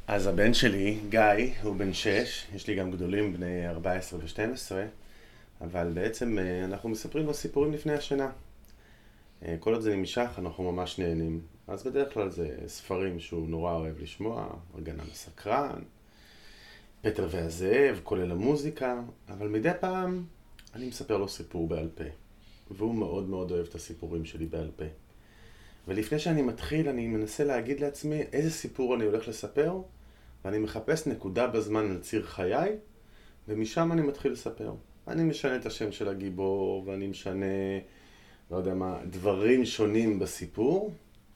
אז הבן שלי, גיא, הוא בן 6, יש לי גם גדולים בני 14 ו-12, אבל בעצם אנחנו מספרים לו סיפורים לפני השינה. כל עוד זה נמשך, אנחנו ממש נהנים. אז בדרך כלל זה ספרים שהוא נורא אוהב לשמוע, הגנה מסקרן, פטר והזאב, כולל המוזיקה, אבל מדי פעם אני מספר לו סיפור בעל פה. והוא מאוד מאוד אוהב את הסיפורים שלי בעל פה. ולפני שאני מתחיל, אני מנסה להגיד לעצמי איזה סיפור אני הולך לספר, ואני מחפש נקודה בזמן על ציר חיי, ומשם אני מתחיל לספר. אני משנה את השם של הגיבור, ואני משנה, לא יודע מה, דברים שונים בסיפור,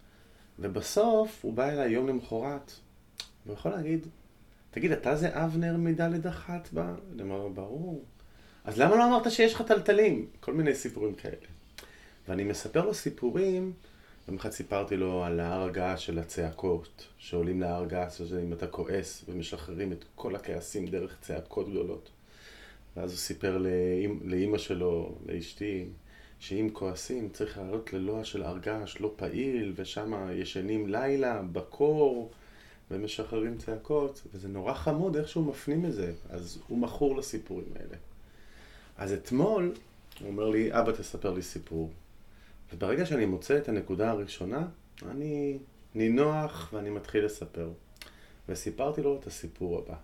ובסוף הוא בא אליי יום למחרת, והוא יכול להגיד, תגיד, אתה זה אבנר מדלת אחת בה? אני אומר, ברור. אז למה לא אמרת שיש לך טלטלים? כל מיני סיפורים כאלה. ואני מספר לו סיפורים, יום אחד סיפרתי לו על ההר הגעש של הצעקות, שעולים להר הגעש הזה אם אתה כועס ומשחררים את כל הכעסים דרך צעקות גדולות. ואז הוא סיפר לאמא שלו, לאשתי, שאם כועסים צריך לעלות ללוע של הר געש לא פעיל, ושם ישנים לילה בקור ומשחררים צעקות, וזה נורא חמוד איך שהוא מפנים את זה, אז הוא מכור לסיפורים האלה. אז אתמול הוא אומר לי, אבא תספר לי סיפור. וברגע שאני מוצא את הנקודה הראשונה, אני נינוח ואני מתחיל לספר. וסיפרתי לו את הסיפור הבא.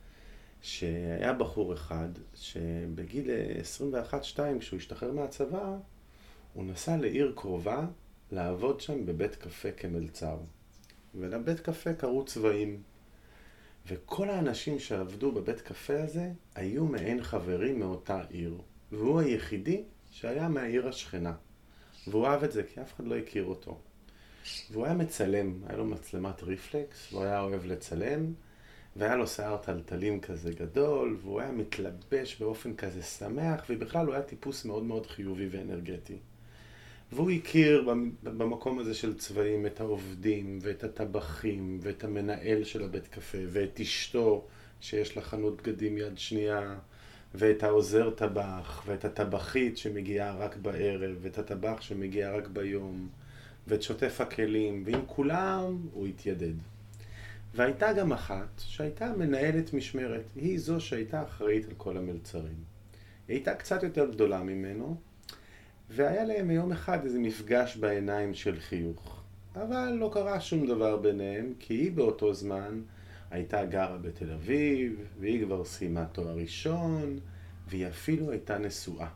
שהיה בחור אחד שבגיל 21-2 כשהוא השתחרר מהצבא, הוא נסע לעיר קרובה לעבוד שם בבית קפה כמלצר. ולבית קפה קראו צבעים. וכל האנשים שעבדו בבית קפה הזה היו מעין חברים מאותה עיר. והוא היחידי שהיה מהעיר השכנה. והוא אהב את זה כי אף אחד לא הכיר אותו. והוא היה מצלם, היה לו מצלמת ריפלקס, והוא היה אוהב לצלם, והיה לו שיער טלטלים כזה גדול, והוא היה מתלבש באופן כזה שמח, ובכלל הוא היה טיפוס מאוד מאוד חיובי ואנרגטי. והוא הכיר במקום הזה של צבעים את העובדים, ואת הטבחים, ואת המנהל של הבית קפה, ואת אשתו שיש לה חנות בגדים יד שנייה, ואת העוזר טבח, ואת הטבחית שמגיעה רק בערב, ואת הטבח שמגיע רק ביום, ואת שוטף הכלים, ועם כולם הוא התיידד. והייתה גם אחת שהייתה מנהלת משמרת, היא זו שהייתה אחראית על כל המלצרים. היא הייתה קצת יותר גדולה ממנו, והיה להם יום אחד איזה מפגש בעיניים של חיוך. אבל לא קרה שום דבר ביניהם, כי היא באותו זמן הייתה גרה בתל אביב, והיא כבר סיימה תואר ראשון, והיא אפילו הייתה נשואה.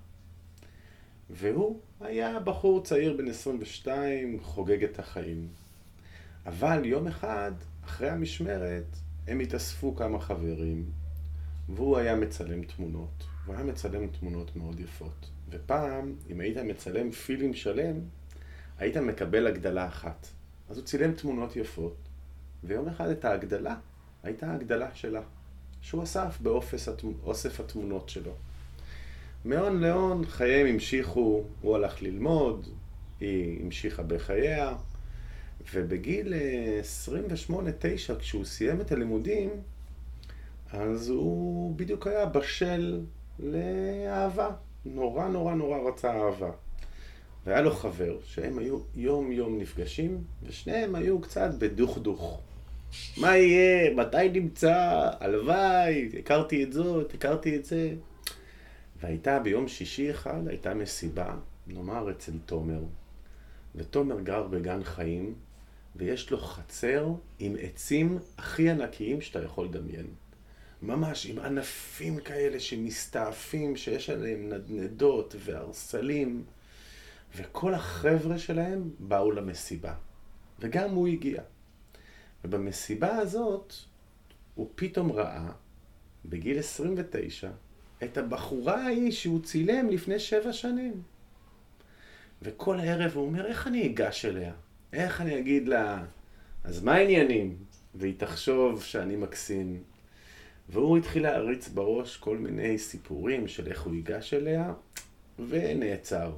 והוא היה בחור צעיר בן 22, חוגג את החיים. אבל יום אחד, אחרי המשמרת, הם התאספו כמה חברים, והוא היה מצלם תמונות. הוא היה מצלם תמונות מאוד יפות. ופעם, אם היית מצלם פילים שלם, היית מקבל הגדלה אחת. אז הוא צילם תמונות יפות, ויום אחד את ההגדלה הייתה ההגדלה שלה, שהוא אסף באוסף התמונות שלו. מהון להון חייהם המשיכו, הוא הלך ללמוד, היא המשיכה בחייה, ובגיל 28-9 כשהוא סיים את הלימודים, אז הוא בדיוק היה בשל לאהבה, נורא נורא נורא רצה אהבה. והיה לו חבר שהם היו יום יום נפגשים, ושניהם היו קצת בדוך. מה יהיה? מתי נמצא? הלוואי, הכרתי את זאת, הכרתי את זה. והייתה ביום שישי אחד, הייתה מסיבה, נאמר אצל תומר. ותומר גר בגן חיים, ויש לו חצר עם עצים הכי ענקיים שאתה יכול לדמיין. ממש עם ענפים כאלה שמסתעפים, שיש עליהם נדנדות והרסלים. וכל החבר'ה שלהם באו למסיבה. וגם הוא הגיע. ובמסיבה הזאת הוא פתאום ראה, בגיל 29, את הבחורה ההיא שהוא צילם לפני 7 שנים. וכל הערב הוא אומר, איך אני אגש אליה? איך אני אגיד לה, אז מה העניינים? והיא תחשוב שאני מקסים. והוא התחיל להריץ בראש כל מיני סיפורים של איך הוא ייגש אליה, ונעצר.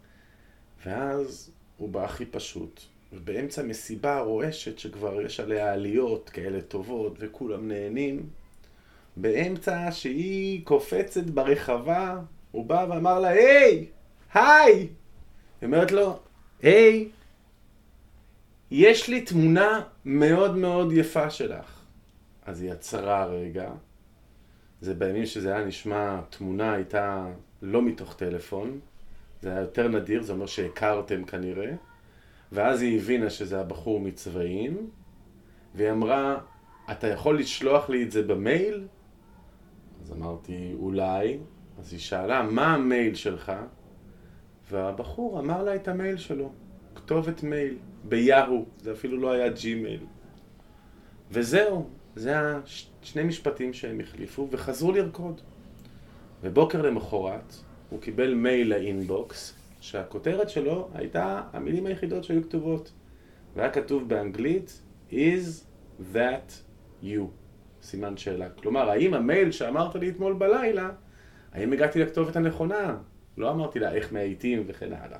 ואז הוא בא הכי פשוט. ובאמצע מסיבה רועשת שכבר יש עליה עליות כאלה טובות וכולם נהנים, באמצע שהיא קופצת ברחבה, הוא בא ואמר לה, היי! היי! היא אומרת לו, היי! יש לי תמונה מאוד מאוד יפה שלך. אז היא עצרה רגע. זה בימים שזה היה נשמע, תמונה הייתה לא מתוך טלפון, זה היה יותר נדיר, זה אומר שהכרתם כנראה, ואז היא הבינה שזה הבחור מצבעים, והיא אמרה, אתה יכול לשלוח לי את זה במייל? אז אמרתי, אולי. אז היא שאלה, מה המייל שלך? והבחור אמר לה את המייל שלו, כתובת מייל, ביהו, זה אפילו לא היה ג'ימייל. וזהו, זה שני משפטים שהם החליפו וחזרו לרקוד. ובוקר למחרת הוא קיבל מייל לאינבוקס, שהכותרת שלו הייתה המילים היחידות שהיו כתובות. והיה כתוב באנגלית, is that you? סימן שאלה. כלומר, האם המייל שאמרת לי אתמול בלילה, האם הגעתי לכתובת הנכונה? לא אמרתי לה איך מאייתים וכן הלאה.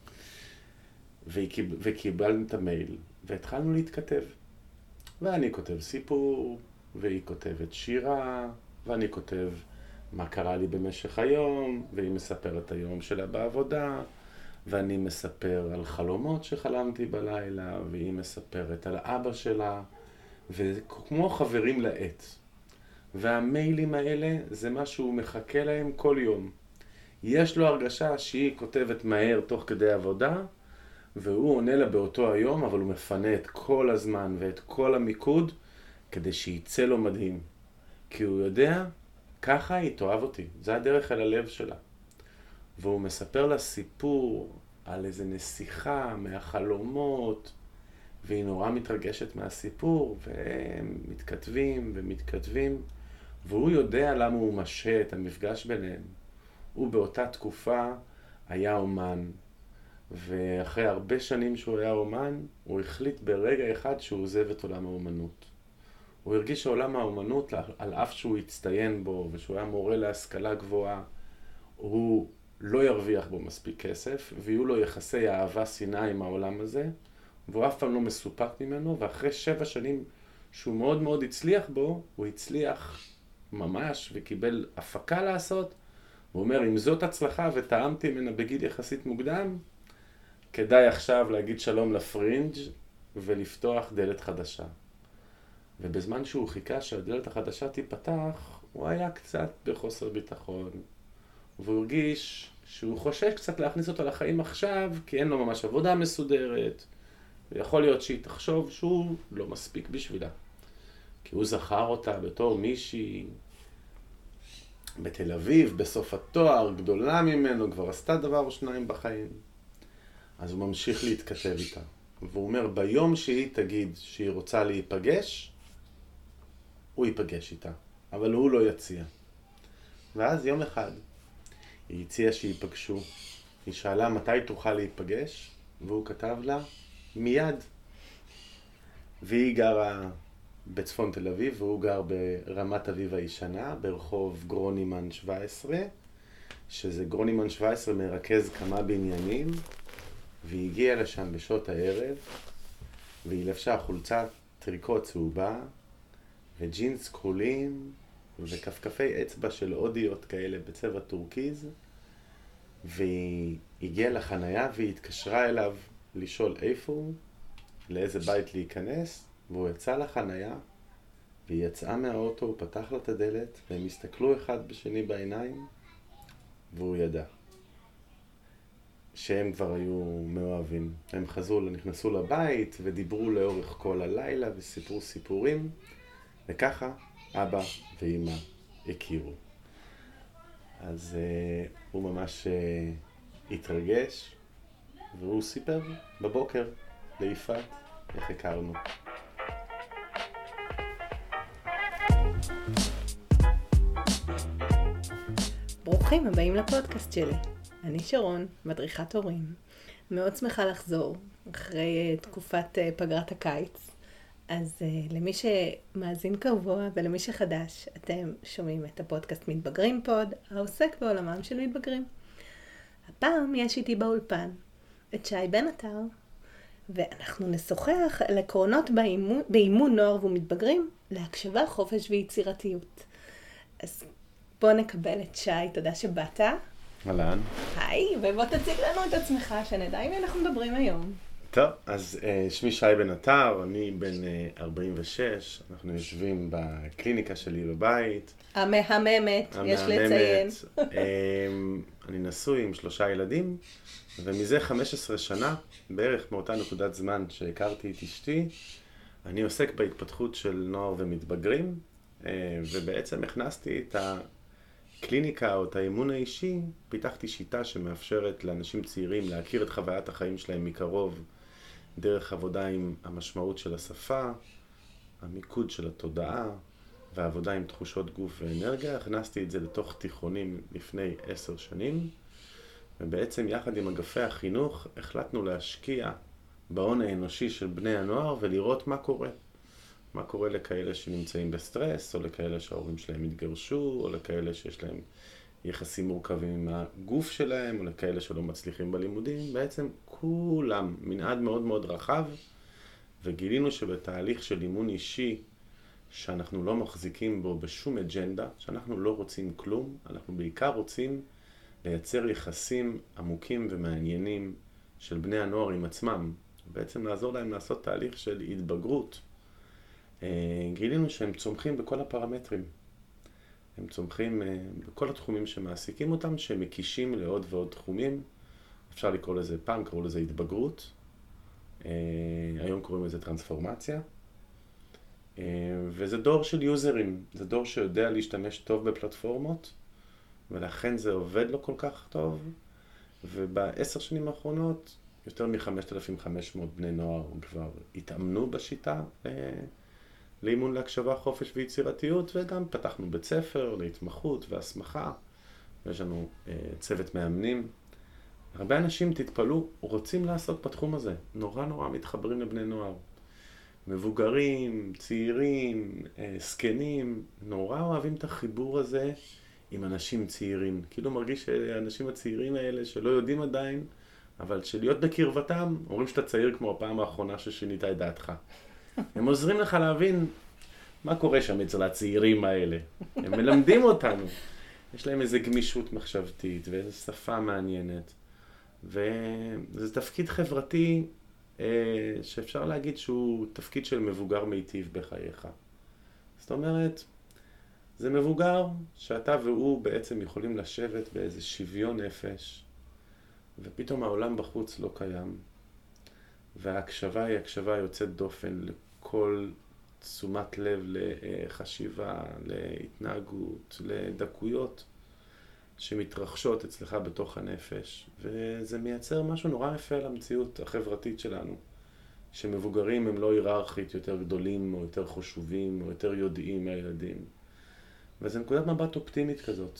וקיבלנו את המייל, והתחלנו להתכתב. ואני כותב סיפור, והיא כותבת שירה, ואני כותב מה קרה לי במשך היום, והיא מספרת היום שלה בעבודה, ואני מספר על חלומות שחלמתי בלילה, והיא מספרת על אבא שלה, וכמו חברים לעת. והמיילים האלה זה מה שהוא מחכה להם כל יום. יש לו הרגשה שהיא כותבת מהר תוך כדי עבודה, והוא עונה לה באותו היום, אבל הוא מפנה את כל הזמן ואת כל המיקוד, כדי שיצא לו מדהים. כי הוא יודע, ככה היא תאהב אותי. זה הדרך אל הלב שלה. והוא מספר לה סיפור על איזה נסיכה מהחלומות, והיא נורא מתרגשת מהסיפור, והם מתכתבים ומתכתבים, והוא יודע למה הוא משה את המפגש ביניהם. הוא באותה תקופה היה אומן, ואחרי הרבה שנים שהוא היה אומן, הוא החליט ברגע אחד שהוא עוזב את עולם האומנות. הוא הרגיש שעולם האומנות, על אף שהוא הצטיין בו, ושהוא היה מורה להשכלה גבוהה, הוא לא ירוויח בו מספיק כסף, ויהיו לו יחסי אהבה שנאה עם העולם הזה, והוא אף פעם לא מסופק ממנו, ואחרי 7 שנים שהוא מאוד מאוד הצליח בו, הוא הצליח ממש וקיבל הפקה לעשות. הוא אומר, אם זאת הצלחה וטעמתי ממנה בגיל יחסית מוקדם, כדאי עכשיו להגיד שלום לפרינג' ולפתוח דלת חדשה. ובזמן שהוא חיכה שהדלת החדשה תיפתח, הוא היה קצת בחוסר ביטחון. והוא הרגיש שהוא חושש קצת להכניס אותו לחיים עכשיו, כי אין לו ממש עבודה מסודרת, ויכול להיות שהיא תחשוב שהוא לא מספיק בשבילה. כי הוא זכר אותה בתור מישהי בתל אביב, בסוף התואר, גדולה ממנו, כבר עשתה דבר או שניים בחיים. אז הוא ממשיך להתכתב איתה. והוא אומר, ביום שהיא תגיד שהיא רוצה להיפגש, הוא ייפגש איתה, אבל הוא לא יציע. ואז יום אחד היא הציעה שיפגשו. היא שאלה מתי תוכל להיפגש, והוא כתב לה, מיד. והיא גרה בצפון תל אביב, והוא גר ברמת אביב הישנה, ברחוב גרונימן 17, שזה גרונימן 17 מרכז כמה בניינים, והיא הגיעה לשם בשעות הערב, והיא לבשה חולצת טריקו צהובה, וג'ינס כחולים, וכפכפי אצבע של אודיות כאלה בצבע טורקיז, והיא הגיעה לחנייה והיא התקשרה אליו לשאול איפה הוא, לאיזה בית להיכנס, והוא יצא לחנייה, והיא יצאה מהאוטו, הוא פתח לה את הדלת, והם הסתכלו אחד בשני בעיניים, והוא ידע שהם כבר היו מאוהבים. הם נכנסו לבית ודיברו לאורך כל הלילה וסיפרו סיפורים, וככה אבא ואמא הכירו. אז הוא ממש התרגש, והוא סיפר בבוקר ליפעת איך הכרנו. ברוכים הבאים לפודקאסט שלי. אני שרון, מדריכת הורים. מאוד שמחה לחזור אחרי תקופת פגרת הקיץ. אז למי שמאזין קבוע ולמי שחדש, אתם שומעים את הפודקאסט מתבגרים פוד, העוסק בעולמם של מתבגרים. הפעם יש איתי באולפן את שי בן עטר, ואנחנו נשוחח על עקרונות באימון נוער ומתבגרים להקשבה, חופש ויצירתיות. אז בוא נקבל את שי, תודה שבאת. אהלן. היי, ובוא תציג לנו את עצמך, שנדע אם אנחנו מדברים היום. טוב, אז שמי שי בן עטר, אני בן 46, אנחנו יושבים בקליניקה שלי בבית. המהממת, יש לציין. אני נשוי עם 3 ילדים, ומזה 15 שנה, בערך מאותה נקודת זמן שהכרתי את אשתי, אני עוסק בהתפתחות של נוער ומתבגרים, ובעצם הכנסתי את הקליניקה או את האימון האישי, פיתחתי שיטה שמאפשרת לאנשים צעירים להכיר את חוויית החיים שלהם מקרוב, דרך עבודה עם המשמעות של השפה, המיקוד של התודעה, והעבודה עם תחושות גוף ואנרגיה. הכנסתי את זה לתוך תיכונים לפני 10 שנים, ובעצם יחד עם אגפי החינוך החלטנו להשקיע בהון האנושי של בני הנוער ולראות מה קורה. מה קורה לכאלה שנמצאים בסטרס, או לכאלה שההורים שלהם התגרשו, או לכאלה שיש להם יחסים מורכבים עם הגוף שלהם, או לכאלה שלא מצליחים בלימודים. בעצם כולם, מנעד מאוד מאוד רחב, וגילינו שבתהליך של אימון אישי, שאנחנו לא מחזיקים בו בשום אג'נדה, שאנחנו לא רוצים כלום, אנחנו בעיקר רוצים לייצר יחסים עמוקים ומעניינים של בני הנוער עם עצמם, בעצם לעזור להם לעשות תהליך של התבגרות. גילינו שהם צומחים בכל הפרמטרים. הם צומחים בכל התחומים שמעסיקים אותם, שהם מקישים לעוד ועוד תחומים. אפשר לקרוא לזה, פעם קראו לזה התבגרות, היום קוראים לזה טרנספורמציה. וזה דור של יוזרים, זה דור שיודע להשתמש טוב בפלטפורמות, ולכן זה עובד לו כל כך טוב. וב10 שנים האחרונות, יותר מ-5,500 בני נוער כבר התאמנו בשיטה לאימון להקשבה, חופש ויצירתיות, וגם פתחנו בית ספר להתמחות והסמכה, ויש לנו צוות מאמנים. הרבה אנשים, תתפלאו, רוצים לעסוק בתחום הזה, נורא מתחברים לבני נוער. מבוגרים, צעירים, זקנים, נורא אוהבים את החיבור הזה עם אנשים צעירים. כאילו מרגיש שהאנשים הצעירים האלה שלא יודעים עדיין, אבל שלהיות בקרבתם, אומרים שאתה צעיר כמו הפעם האחרונה ששינית את דעתך. הם עוזרים לך להבין מה קורה שם אצל הצעירים האלה. הם מלמדים אותנו. יש להם איזו גמישות מחשבתית ואיזו שפה מעניינת. וזה תפקיד חברתי שאפשר להגיד שהוא תפקיד של מבוגר מיטיב בחייך. זאת אומרת, זה מבוגר שאתה והוא בעצם יכולים לשבת באיזה שוויון נפש, ופתאום העולם בחוץ לא קיים, וההקשבה היא הקשבה יוצאת דופן לכל תשומת לב לחשיבה, להתנהגות, לדקויות שמתרחשות אצלך בתוך הנפש, וזה מייצר משהו נורא יפה על המציאות החברתית שלנו, שמבוגרים הם לא היררכית יותר גדולים או יותר חשובים או יותר יודעים מהילדים, וזו נקודת מבט אופטימית כזאת,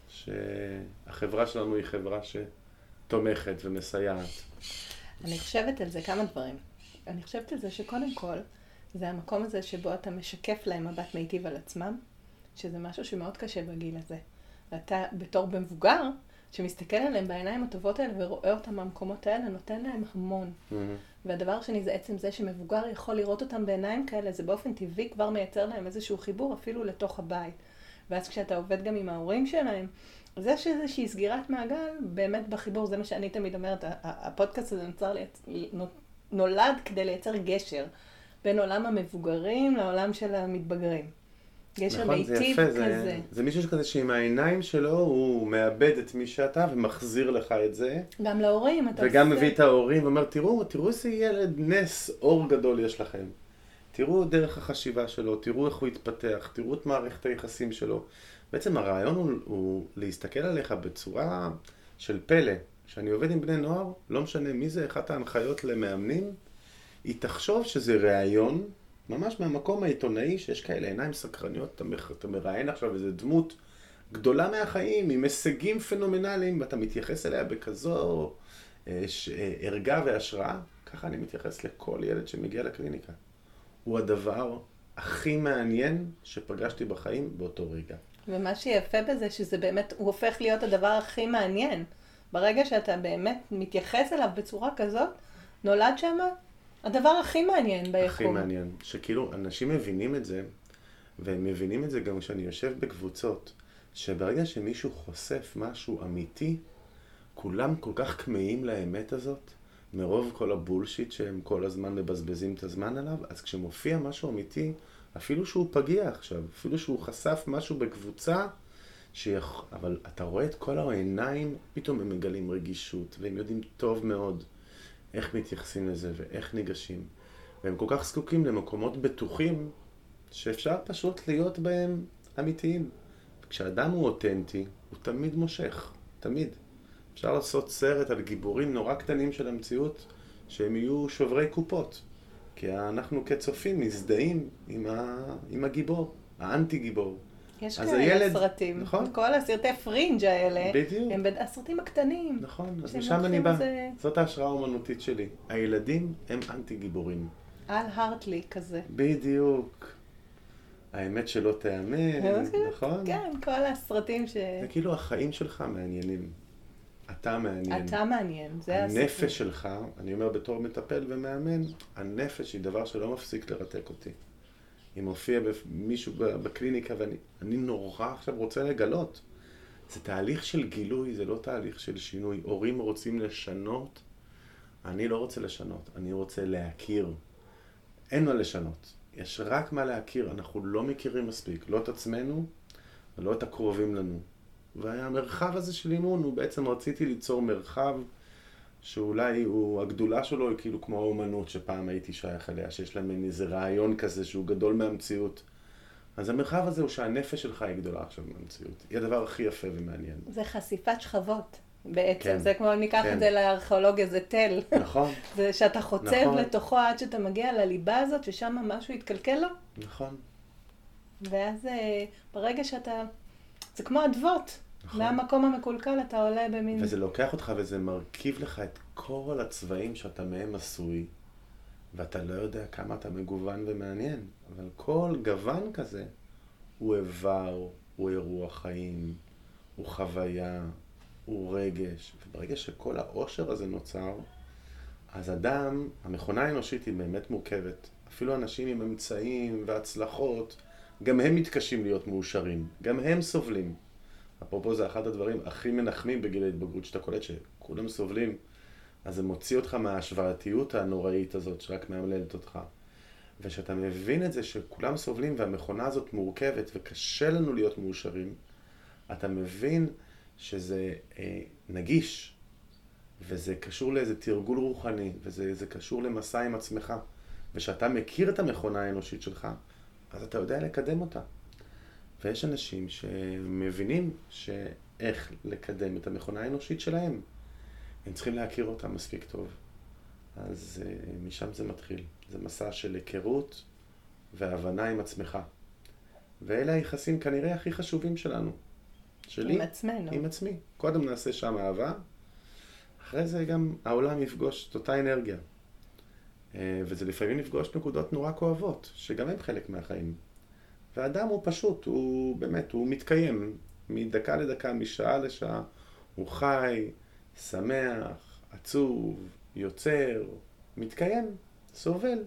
שהחברה שלנו היא חברה שתומכת ומסייעת. אני חושבת על זה כמה דברים. אני חושבת על זה שקודם כל, זה המקום הזה שבו אתה משקף להם מבט מיטיב על עצמם, שזה משהו שמאוד קשה בגיל הזה. אתה בתור במבוגר, שמסתכל עליהם בעיניים הטובות האלה ורואה אותם מהמקומות האלה, נותן להם המון. והדבר שני זה עצם זה שמבוגר יכול לראות אותם בעיניים כאלה, זה באופן טבעי כבר מייצר להם איזשהו חיבור אפילו לתוך הבית. ואז כשאתה עובד גם עם ההורים שלהם, אז יש איזושהי סגירת מעגל באמת בחיבור, זה מה שאני תמיד אומרת, הפודקאסט הזה נולד כדי לייצר גשר בין עולם המבוגרים לעולם של המתבגרים. גשר נכון, מיטיב כזה. זה מישהו שכזה שעם העיניים שלו הוא מאבד את מי שאתה ומחזיר לך את זה. גם להורים אתה וגם מביא את ההורים ואומר, תראו איזה ילד נס אור גדול יש לכם. תראו דרך החשיבה שלו, תראו איך הוא התפתח, תראו את מערכת היחסים שלו. בעצם הרעיון הוא להסתכל עליך בצורה של פלא. כשאני עובד עם בני נוער, לא משנה מי זה, אחת ההנחיות למאמנים, היא תחשוב שזה רעיון, ממש מהמקום העיתונאי, שיש כאלה עיניים סקרניות, אתה מראיין עכשיו איזו דמות גדולה מהחיים, עם הישגים פנומנליים, ואתה מתייחס אליה בכזו ערגה והשראה, ככה אני מתייחס לכל ילד שמגיע לקליניקה. הוא הדבר הכי מעניין שפגשתי בחיים באותו רגע. ומה שיפה בזה, שזה באמת, הוא הופך להיות הדבר הכי מעניין. ברגע שאתה באמת מתייחס אליו בצורה כזאת, נולד שמה הדבר הכי מעניין ביקום. הכי מעניין. שכאילו, אנשים מבינים את זה, והם מבינים את זה גם כשאני יושב בקבוצות, שברגע שמישהו חושף משהו אמיתי, כולם כל כך כמהים לאמת הזאת, מרוב כל הבולשיט שהם כל הזמן מבזבזים את הזמן עליו, אז כשמופיע משהו אמיתי, אפילו שהוא פגיע עכשיו, אפילו שהוא חשף משהו בקבוצה, אבל אתה רואה את כל העיניים, פתאום הם מגלים רגישות, והם יודעים טוב מאוד איך מתייחסים לזה ואיך ניגשים. והם כל כך זקוקים למקומות בטוחים, שאפשר פשוט להיות בהם אמיתיים. כשאדם הוא אותנטי, הוא תמיד מושך, תמיד. אפשר לעשות סרט על גיבורים נורא קטנים של המציאות, שהם יהיו שוברי קופות. כי אנחנו כצופים מזדהים עם הגיבור, האנטי גיבור. יש כאלה סרטים, נכון? כל הסרטי פרינג' האלה, בדיוק. הם הסרטים הקטנים. נכון, אז משם אני בא. זאת ההשראה האומנותית שלי. הילדים הם אנטי גיבורים. על הרטלי כזה. בדיוק. האמת שלא תאמן, נכון? כן, כל הסרטים זה כאילו החיים שלך מעניינים. אתה מעניין. אתה מעניין, זה הסיפור. הנפש שלך, אני אומר בתור מטפל ומאמן, הנפש היא דבר שלא מפסיק לרתק אותי. אם מופיע מישהו בקליניקה ואני נורא עכשיו רוצה לגלות. זה תהליך של גילוי, זה לא תהליך של שינוי. הורים רוצים לשנות, אני לא רוצה לשנות, אני רוצה להכיר. אין מה לשנות, יש רק מה להכיר, אנחנו לא מכירים מספיק, לא את עצמנו ולא את הקרובים לנו. והמרחב הזה של אימון, הוא בעצם רציתי ליצור מרחב שאולי הגדולה שלו היא כאילו כמו האומנות שפעם הייתי שייך אליה, שיש להם איזה רעיון כזה שהוא גדול מהמציאות. אז המרחב הזה הוא שהנפש שלך היא גדולה עכשיו מהמציאות. היא הדבר הכי יפה ומעניין. זה חשיפת שכבות. בעצם, כן, זה כמו ניקח כן. את זה לארכיאולוגיה, זה תל. נכון. זה שאתה חוצב נכון. לתוכו עד שאתה מגיע לליבה הזאת, ששם משהו יתקלקל לו. נכון. ואז ברגע שאתה, זה כמו אדוות. נכון. מהמקום המקולקל אתה עולה במין... וזה לוקח אותך וזה מרכיב לך את כל הצבעים שאתה מהם עשוי, ואתה לא יודע כמה אתה מגוון ומעניין. אבל כל גוון כזה הוא איבר, הוא אירוע חיים, הוא חוויה, הוא רגש. וברגע שכל העושר הזה נוצר, אז אדם, המכונה האנושית היא באמת מורכבת. אפילו אנשים עם אמצעים והצלחות, גם הם מתקשים להיות מאושרים. גם הם סובלים. אפרופו זה אחד הדברים הכי מנחמים בגיל ההתבגרות, שאתה קולט שכולם סובלים, אז זה מוציא אותך מההשוואתיות הנוראית הזאת שרק מאמללת אותך. ושאתה מבין את זה שכולם סובלים והמכונה הזאת מורכבת וקשה לנו להיות מאושרים, אתה מבין שזה נגיש, וזה קשור לאיזה תרגול רוחני, וזה קשור למסע עם עצמך. ושאתה מכיר את המכונה האנושית שלך, אז אתה יודע לקדם אותה. ויש אנשים שמבינים שאיך לקדם את המכונה האנושית שלהם. הם צריכים להכיר אותה מספיק טוב. אז משם זה מתחיל. זה מסע של היכרות והבנה עם עצמך. ואלה היחסים כנראה הכי חשובים שלנו. שלי. עם עצמנו. עם עצמי. קודם נעשה שם אהבה, אחרי זה גם העולם יפגוש את אותה אנרגיה. וזה לפעמים לפגוש נקודות נורא כואבות, שגם הם חלק מהחיים. והאדם הוא פשוט, הוא באמת, הוא מתקיים מדקה לדקה, משעה לשעה. הוא חי, שמח, עצוב, יוצר, מתקיים, סובל.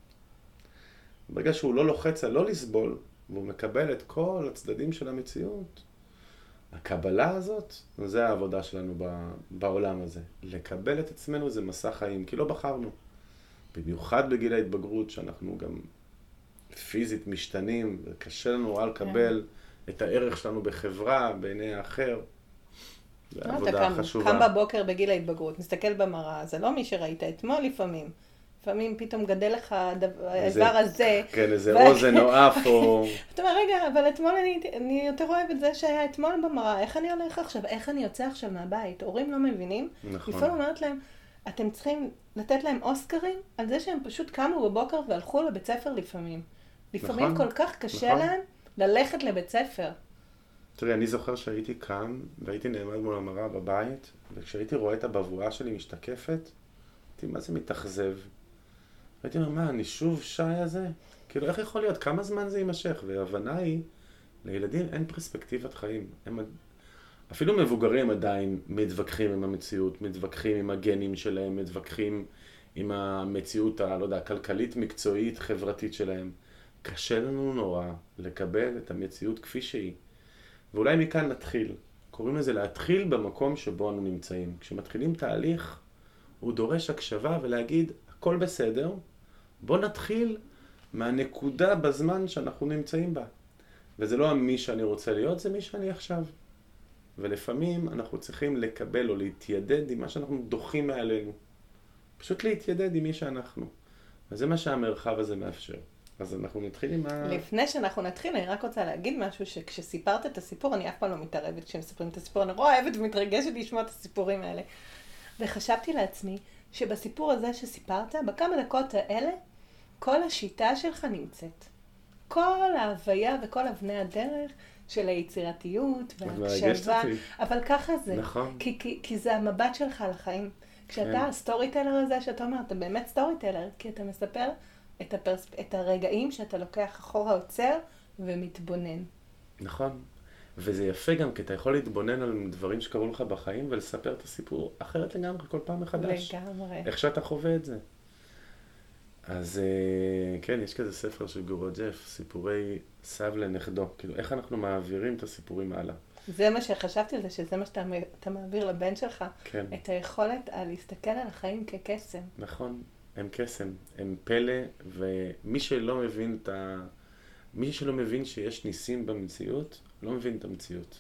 ברגע שהוא לא לוחץ על לא לסבול, והוא מקבל את כל הצדדים של המציאות, הקבלה הזאת, זה העבודה שלנו בעולם הזה. לקבל את עצמנו זה מסע חיים, כי לא בחרנו. במיוחד בגיל ההתבגרות, שאנחנו גם פיזית משתנים, וקשה לנו על לקבל את הערך שלנו בחברה, בעיני האחר. זה עבודה חשובה. אתה קם בבוקר בגיל ההתבגרות, מסתכל במראה, זה לא מי שראית אתמול לפעמים. לפעמים פתאום גדל לך האיבר הזה. כן, איזה אוזן או אף או... אתה אומר, רגע, אבל אתמול אני יותר אוהב את זה שהיה אתמול במראה. איך אני הולך עכשיו? איך אני יוצא עכשיו מהבית? הורים לא מבינים. נכון. לפעמים אומרת להם, אתם צריכים לתת להם אוסקרים על זה שהם פשוט קמו בבוקר והלכו לבית ספר לפעמים. לפעמים נכון, כל כך קשה נכון. להם ללכת לבית ספר. תראי, אני זוכר שהייתי קם והייתי נעמד מול המראה בבית, וכשהייתי רואה את הבבואה שלי משתקפת, הייתי מה זה מתאכזב. הייתי אומר, מה, אני שוב שי הזה? כאילו, איך יכול להיות? כמה זמן זה יימשך? וההבנה היא, לילדים אין פרספקטיבת חיים. אפילו מבוגרים עדיין מתווכחים עם המציאות, מתווכחים עם הגנים שלהם, מתווכחים עם המציאות, לא יודע, הכלכלית, מקצועית, חברתית שלהם. קשה לנו נורא לקבל את המציאות כפי שהיא. ואולי מכאן נתחיל. קוראים לזה להתחיל במקום שבו אנו נמצאים. כשמתחילים תהליך, הוא דורש הקשבה ולהגיד, הכל בסדר, בוא נתחיל מהנקודה בזמן שאנחנו נמצאים בה. וזה לא מי שאני רוצה להיות, זה מי שאני עכשיו. ולפעמים אנחנו צריכים לקבל או להתיידד עם מה שאנחנו דוחים מעלינו. פשוט להתיידד עם מי שאנחנו. וזה מה שהמרחב הזה מאפשר. אז אנחנו נתחיל עם לפני שאנחנו נתחיל, אני רק רוצה להגיד משהו שכשסיפרת את הסיפור, אני אף פעם לא מתערבת כשמספרים את הסיפור, אני רואה אוהבת ומתרגשת לשמוע את הסיפורים האלה. וחשבתי לעצמי שבסיפור הזה שסיפרת, בכמה דקות האלה, כל השיטה שלך נמצאת. כל ההוויה וכל אבני הדרך של היצירתיות והקשבה, אבל ככה זה. נכון. כי זה המבט שלך על החיים. כשאתה הסטורי טלר הזה שאתה אומר, אתה באמת סטורי טלר, כי אתה מספר את הרגעים שאתה לוקח אחורה עוצר ומתבונן. נכון. וזה יפה גם, כי אתה יכול להתבונן על דברים שקרו לך בחיים ולספר את הסיפור אחרת לגמרי, כל פעם מחדש. לגמרי. איך שאתה חווה את זה. אז כן, יש כזה ספר של גורודג'ף, סיפורי סב לנכדו. כאילו, איך אנחנו מעבירים את הסיפורים הלאה. זה מה שחשבתי על זה, שזה מה שאתה מעביר לבן שלך. כן. את היכולת להסתכל על החיים כקסם. נכון, הם קסם, הם פלא, ומי שלא מבין מי שלא מבין שיש ניסים במציאות, לא מבין את המציאות.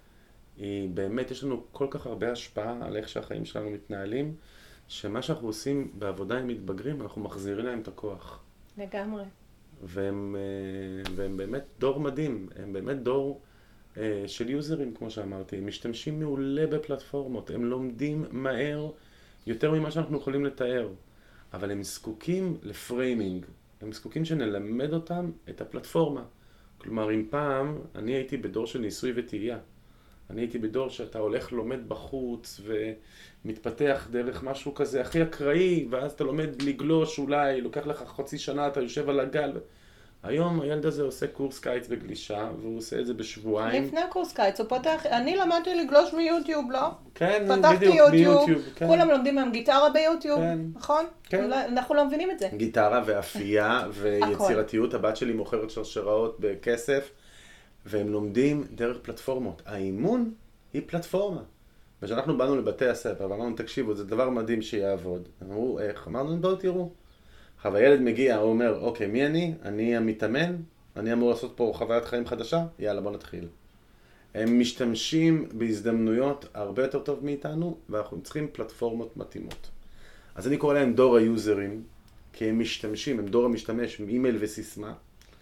באמת יש לנו כל כך הרבה השפעה על איך שהחיים שלנו מתנהלים, שמה שאנחנו עושים בעבודה עם מתבגרים, אנחנו מחזירים להם את הכוח. לגמרי. והם באמת דור מדהים, הם באמת דור של יוזרים, כמו שאמרתי. הם משתמשים מעולה בפלטפורמות, הם לומדים מהר יותר ממה שאנחנו יכולים לתאר, אבל הם זקוקים לפריימינג, הם זקוקים שנלמד אותם את הפלטפורמה. כלומר, אם פעם אני הייתי בדור של ניסוי וטעייה, אני הייתי בדור שאתה הולך לומד בחוץ ומתפתח דרך משהו כזה הכי אקראי, ואז אתה לומד לגלוש אולי, לוקח לך חצי שנה, אתה יושב על הגל. היום הילד הזה עושה קורס קיץ בגלישה, והוא עושה את זה בשבועיים. לפני הקורס קיץ הוא פותח, אני למדתי לגלוש מיוטיוב, לא? כן, פתחתי בדיוק, יוטיוב, כן. כולם לומדים מהם גיטרה ביוטיוב, כן. נכון? כן. אנחנו לא מבינים את זה. גיטרה ואפייה ויצירתיות, הבת שלי מוכרת שרשראות בכסף, והם לומדים דרך פלטפורמות. האימון היא פלטפורמה. וכשאנחנו באנו לבתי הספר ואמרנו, תקשיבו, זה דבר מדהים שיעבוד. אמרו, איך? אמרנו, בואו תראו. עכשיו הילד מגיע, הוא אומר, אוקיי, מי אני? אני המתאמן? אני אמור לעשות פה חוויית חיים חדשה? יאללה, בוא נתחיל. הם משתמשים בהזדמנויות הרבה יותר טוב מאיתנו, ואנחנו צריכים פלטפורמות מתאימות. אז אני קורא להם דור היוזרים, כי הם משתמשים, הם דור המשתמש עם אימייל וסיסמה,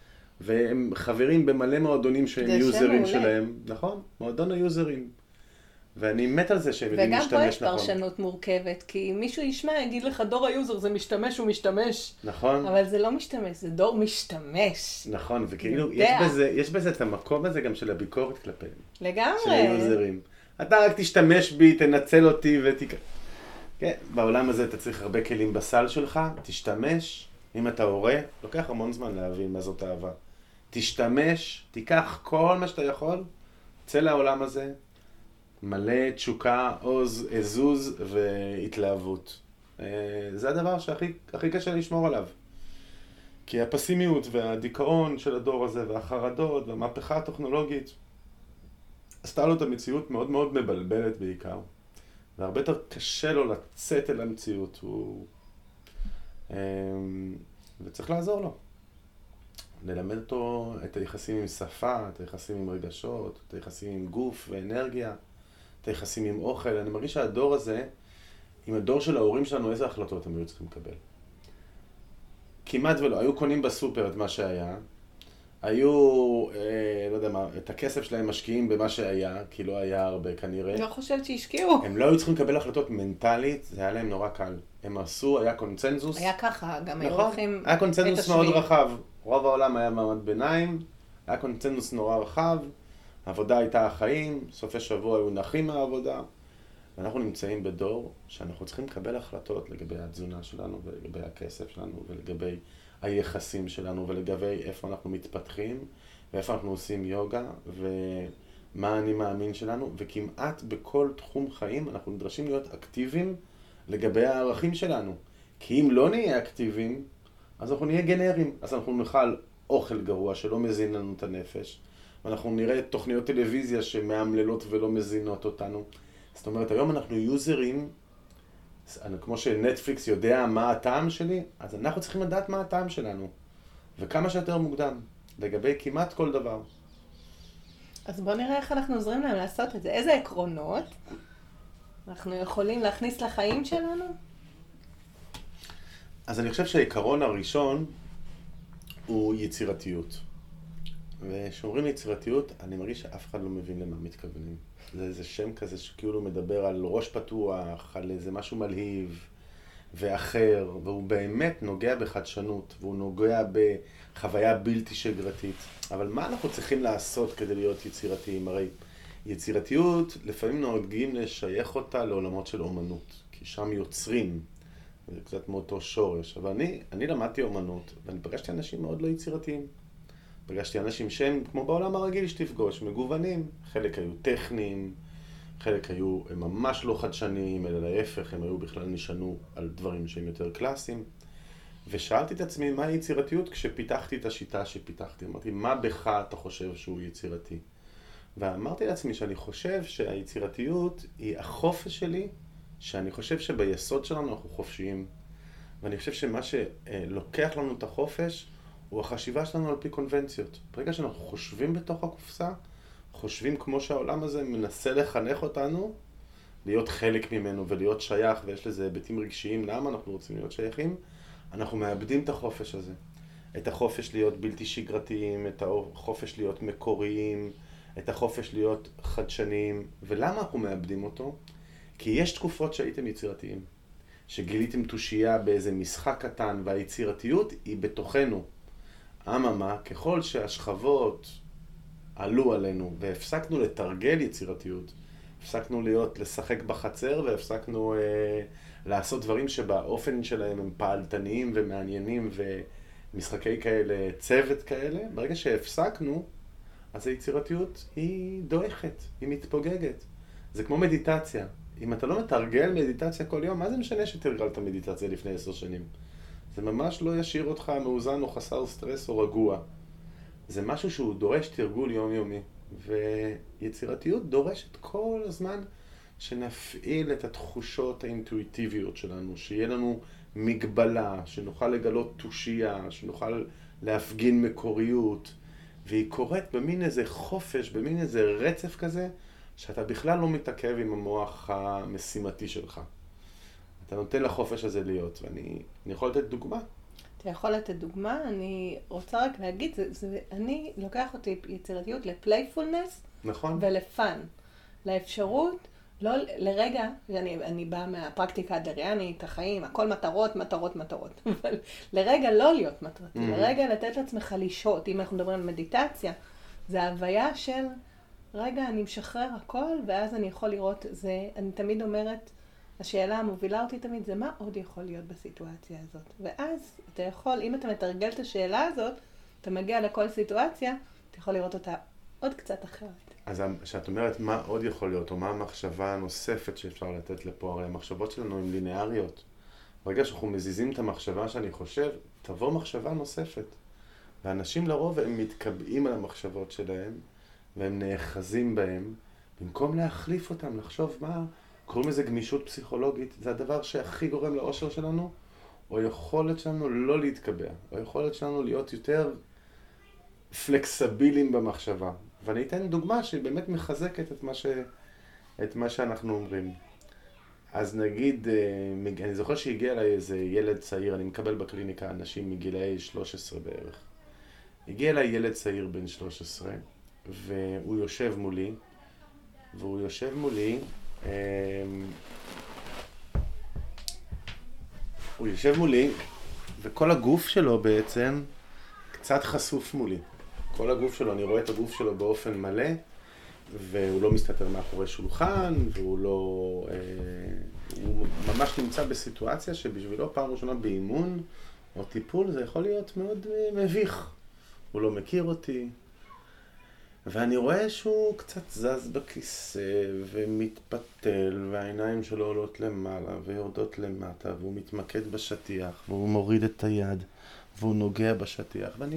והם חברים במלא מועדונים שהם יוזרים שלהם. נכון, מועדון היוזרים. ואני מת על זה שהם יודעים להשתמש נכון. וגם פה יש פרשנות מורכבת, כי אם מישהו ישמע, יגיד לך, דור היוזר זה משתמש, הוא משתמש. נכון. אבל זה לא משתמש, זה דור משתמש. נכון, וכאילו יש בזה את המקום הזה גם של הביקורת כלפיהם. לגמרי. של היוזרים. אתה רק תשתמש בי, תנצל אותי כן, בעולם הזה אתה צריך הרבה כלים בסל שלך, תשתמש. אם אתה הורה, לוקח המון זמן להבין מה זאת אהבה. תשתמש, תיקח כל מה שאתה יכול, צא לעולם הזה, מלא תשוקה, עוז, עזוז והתלהבות. זה הדבר שהכי קשה לשמור עליו. כי הפסימיות והדיכאון של הדור הזה והחרדות והמהפכה הטכנולוגית עשתה לו את המציאות מאוד מאוד מבלבלת בעיקר. והרבה יותר קשה לו לצאת אל המציאות. וצריך לעזור לו. ללמד אותו את היחסים עם שפה, את היחסים עם רגשות, את היחסים עם גוף ואנרגיה, את היחסים עם אוכל. אני מרגיש שהדור הזה, עם הדור של ההורים שלנו, איזה החלטות הם היו צריכים לקבל? כמעט ולא. היו קונים בסופר את מה שהיה. היו, לא יודע מה, את הכסף שלהם משקיעים במה שהיה, כי לא היה הרבה כנראה. לא חושבת שהשקיעו. הם לא היו צריכים לקבל החלטות מנטלית, זה היה להם נורא קל. הם עשו, היה קונצנזוס. היה ככה, גם היו נכון, הולכים היה קונצנזוס מאוד רחב. רוב העולם היה מעמד ביניים, היה קונצנזוס נורא רחב, העבודה הייתה החיים, סופי שבוע היו נחים מהעבודה. ואנחנו נמצאים בדור שאנחנו צריכים לקבל החלטות לגבי התזונה שלנו ולגבי הכסף שלנו ולגבי היחסים שלנו ולגבי איפה אנחנו מתפתחים ואיפה אנחנו עושים יוגה ומה אני מאמין שלנו, וכמעט בכל תחום חיים אנחנו נדרשים להיות אקטיביים לגבי הערכים שלנו. כי אם לא נהיה אקטיביים, אז אנחנו נהיה גנרים. אז אנחנו נאכל אוכל גרוע שלא מזין לנו את הנפש, ואנחנו נראה תוכניות טלוויזיה שמאמללות ולא מזינות אותנו. זאת אומרת, היום אנחנו יוזרים כמו שנטפליקס יודע מה הטעם שלי, אז אנחנו צריכים לדעת מה הטעם שלנו. וכמה שיותר מוקדם, לגבי כמעט כל דבר. אז בואו נראה איך אנחנו עוזרים להם לעשות את זה. איזה עקרונות אנחנו יכולים להכניס לחיים שלנו? אז אני חושב שהעיקרון הראשון הוא יצירתיות. וכשאומרים יצירתיות, אני מרגיש שאף אחד לא מבין למה מתכוונים. זה איזה שם כזה שכאילו מדבר על ראש פתוח, על איזה משהו מלהיב ואחר, והוא באמת נוגע בחדשנות, והוא נוגע בחוויה בלתי שגרתית. אבל מה אנחנו צריכים לעשות כדי להיות יצירתיים? הרי יצירתיות, לפעמים נוהגים לשייך אותה לעולמות של אומנות, כי שם יוצרים, זה קצת מאותו שורש. אבל אני למדתי אומנות, ואני פגשתי אנשים מאוד לא יצירתיים. פגשתי אנשים שהם, כמו בעולם הרגיל שתפגוש, מגוונים. חלק היו טכניים, חלק היו הם ממש לא חדשניים, אלא להפך, הם היו בכלל נשענו על דברים שהם יותר קלאסיים. ושאלתי את עצמי מה יצירתיות כשפיתחתי את השיטה שפיתחתי. אמרתי, מה בך אתה חושב שהוא יצירתי? ואמרתי לעצמי שאני חושב שהיצירתיות היא החופש שלי, שאני חושב שביסוד שלנו אנחנו חופשיים. ואני חושב שמה שלוקח לנו את החופש, הוא החשיבה שלנו על פי קונבנציות. ברגע שאנחנו חושבים בתוך הקופסה, חושבים כמו שהעולם הזה מנסה לחנך אותנו, להיות חלק ממנו ולהיות שייך, ויש לזה היבטים רגשיים, למה אנחנו רוצים להיות שייכים, אנחנו מאבדים את החופש הזה. את החופש להיות בלתי שגרתיים, את החופש להיות מקוריים, את החופש להיות חדשניים. ולמה אנחנו מאבדים אותו? כי יש תקופות שהייתם יצירתיים, שגיליתם תושייה באיזה משחק קטן, והיצירתיות היא בתוכנו. אממה, ככל שהשכבות עלו עלינו והפסקנו לתרגל יצירתיות, הפסקנו לשחק בחצר והפסקנו לעשות דברים שבאופן שלהם הם פעלתניים ומעניינים ומשחקי כאלה, צוות כאלה, ברגע שהפסקנו, אז היצירתיות היא דועכת, היא מתפוגגת. זה כמו מדיטציה. אם אתה לא מתרגל מדיטציה כל יום, מה זה משנה שתרגלת מדיטציה לפני 10 שנים? זה ממש לא ישאיר אותך מאוזן או חסר סטרס או רגוע. זה משהו שהוא דורש תרגול יומיומי. ויצירתיות דורשת כל הזמן שנפעיל את התחושות האינטואיטיביות שלנו, שיהיה לנו מגבלה, שנוכל לגלות תושייה, שנוכל להפגין מקוריות. והיא קורית במין איזה חופש, במין איזה רצף כזה, שאתה בכלל לא מתעכב עם המוח המשימתי שלך. אתה נותן לחופש הזה להיות, ואני יכול לתת דוגמה. אתה יכול לתת דוגמה, אני רוצה רק להגיד, אני לוקח אותי יצירתיות לפלייפולנס, נכון. ולפן, לאפשרות, לא לרגע, אני באה מהפרקטיקה הדריאנית, החיים, הכל מטרות, מטרות, מטרות, אבל לרגע לא להיות מטרתי, לרגע לתת לעצמך לשהות, אם אנחנו מדברים על מדיטציה, זה ההוויה של, רגע, אני משחרר הכל, ואז אני יכול לראות, אני תמיד אומרת, השאלה המובילה אותי תמיד זה מה עוד יכול להיות בסיטואציה הזאת. ואז אתה יכול, אם אתה מתרגל את השאלה הזאת, אתה מגיע לכל סיטואציה, אתה יכול לראות אותה עוד קצת אחרת. אז כשאת אומרת מה עוד יכול להיות, או מה המחשבה הנוספת שאפשר לתת לפה, הרי המחשבות שלנו הן לינאריות. ברגע שאנחנו מזיזים את המחשבה שאני חושב, תבוא מחשבה נוספת. ואנשים לרוב הם מתקבעים על המחשבות שלהם, והם נאחזים בהם, במקום להחליף אותם, לחשוב מה... קוראים לזה גמישות פסיכולוגית, זה הדבר שהכי גורם לאושר שלנו, או יכולת שלנו לא להתקבע, או יכולת שלנו להיות יותר פלקסביליים במחשבה. ואני אתן דוגמה שהיא באמת מחזקת את מה שאנחנו אומרים. אז נגיד, אני זוכר שהגיע אליי איזה ילד צעיר, אני מקבל בקליניקה אנשים מגילאי 13 בערך. הגיע אליי ילד צעיר בן 13, והוא יושב מולי, הוא יושב מולי, וכל הגוף שלו בעצם קצת חשוף מולי. כל הגוף שלו, אני רואה את הגוף שלו באופן מלא, והוא לא מסתתר מאחורי שולחן, והוא לא... הוא ממש נמצא בסיטואציה שבשבילו פעם ראשונה באימון או טיפול זה יכול להיות מאוד מביך. הוא לא מכיר אותי. ואני רואה שהוא קצת זז בכיסא ומתפתל, והעיניים שלו עולות למעלה ויורדות למטה, והוא מתמקד בשטיח, והוא מוריד את היד, והוא נוגע בשטיח, ואני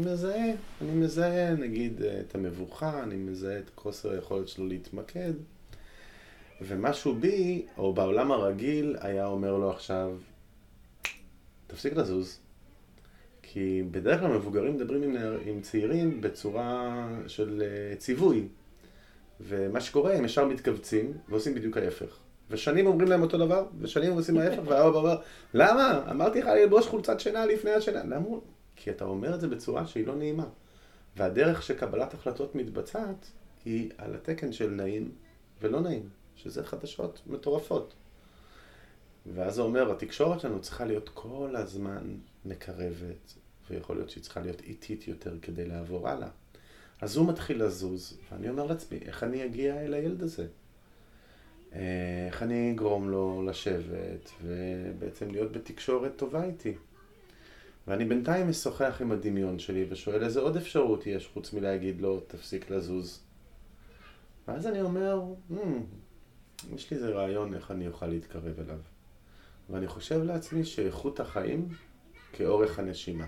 מזהה נגיד את המבוכה, אני מזהה את חוסר היכולת שלו להתמקד, ומשהו בי, או בעולם הרגיל, היה אומר לו עכשיו, תפסיק לזוז. כי בדרך כלל מבוגרים מדברים עם צעירים בצורה של ציווי. ומה שקורה, הם ישר מתכווצים ועושים בדיוק ההפך. ושנים אומרים להם אותו דבר, ושנים עושים ההפך, והאבא אומר, למה? אמרתי לך ללבוש חולצת שינה לפני השינה. למה? כי אתה אומר את זה בצורה שהיא לא נעימה. והדרך שקבלת החלטות מתבצעת היא על התקן של נעים ולא נעים, שזה חדשות מטורפות. ואז הוא אומר, התקשורת שלנו צריכה להיות כל הזמן מקרבת, ויכול להיות שהיא צריכה להיות איטית יותר כדי לעבור הלאה. אז הוא מתחיל לזוז, ואני אומר לעצמי, איך אני אגיע אל הילד הזה? איך אני אגרום לו לשבת, ובעצם להיות בתקשורת טובה איתי? ואני בינתיים משוחח עם הדמיון שלי, ושואל איזה עוד אפשרות יש, חוץ מלהגיד לו, תפסיק לזוז. ואז אני אומר, יש לי איזה רעיון איך אני אוכל להתקרב אליו. ואני חושב לעצמי שאיכות החיים כאורך הנשימה.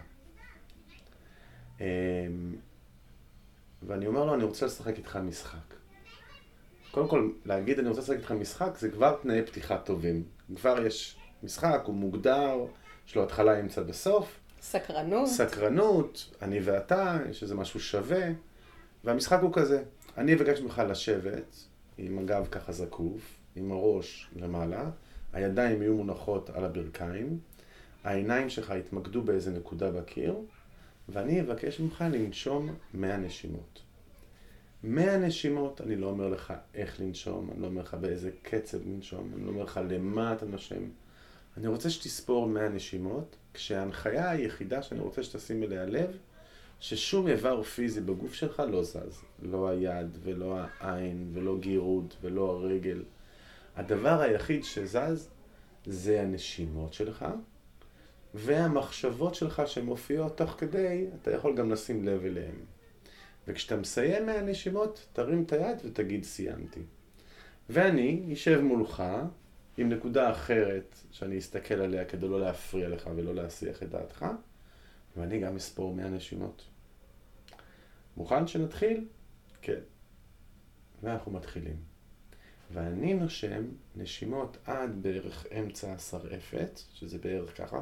ואני אומר לו, אני רוצה לשחק איתך משחק. קודם כל, להגיד אני רוצה לשחק איתך משחק, זה כבר תנאי פתיחה טובים. כבר יש משחק, הוא מוגדר, יש לו התחלה, אמצע בסוף. סקרנות. סקרנות, אני ואתה, יש איזה משהו שווה. והמשחק הוא כזה, אני אבקש ממך לשבת, עם הגב ככה זקוף, עם הראש למעלה, הידיים יהיו מונחות על הברכיים, העיניים שלך יתמקדו באיזה נקודה בקיר, ואני אבקש ממך לנשום 100 נשימות. 100 נשימות, אני לא אומר לך איך לנשום, אני לא אומר לך באיזה קצב לנשום, אני לא אומר לך למה אתה נושם. אני רוצה שתספור 100 נשימות, כשההנחיה היחידה שאני רוצה שתשים אליה לב, ששום איבר פיזי בגוף שלך לא זז. לא היד ולא העין ולא גירוד ולא הרגל. הדבר היחיד שזז זה הנשימות שלך, והמחשבות שלך שמופיעות תוך כדי, אתה יכול גם לשים לב אליהן. וכשאתה מסיים מהנשימות, תרים את היד ותגיד סיימתי. ואני יישב מולך עם נקודה אחרת שאני אסתכל עליה כדי לא להפריע לך ולא להסיח את דעתך, ואני גם אספור 100 נשימות. מוכן שנתחיל? כן. ואנחנו מתחילים. ואני נושם נשימות עד בערך אמצע השרעפת, שזה בערך ככה.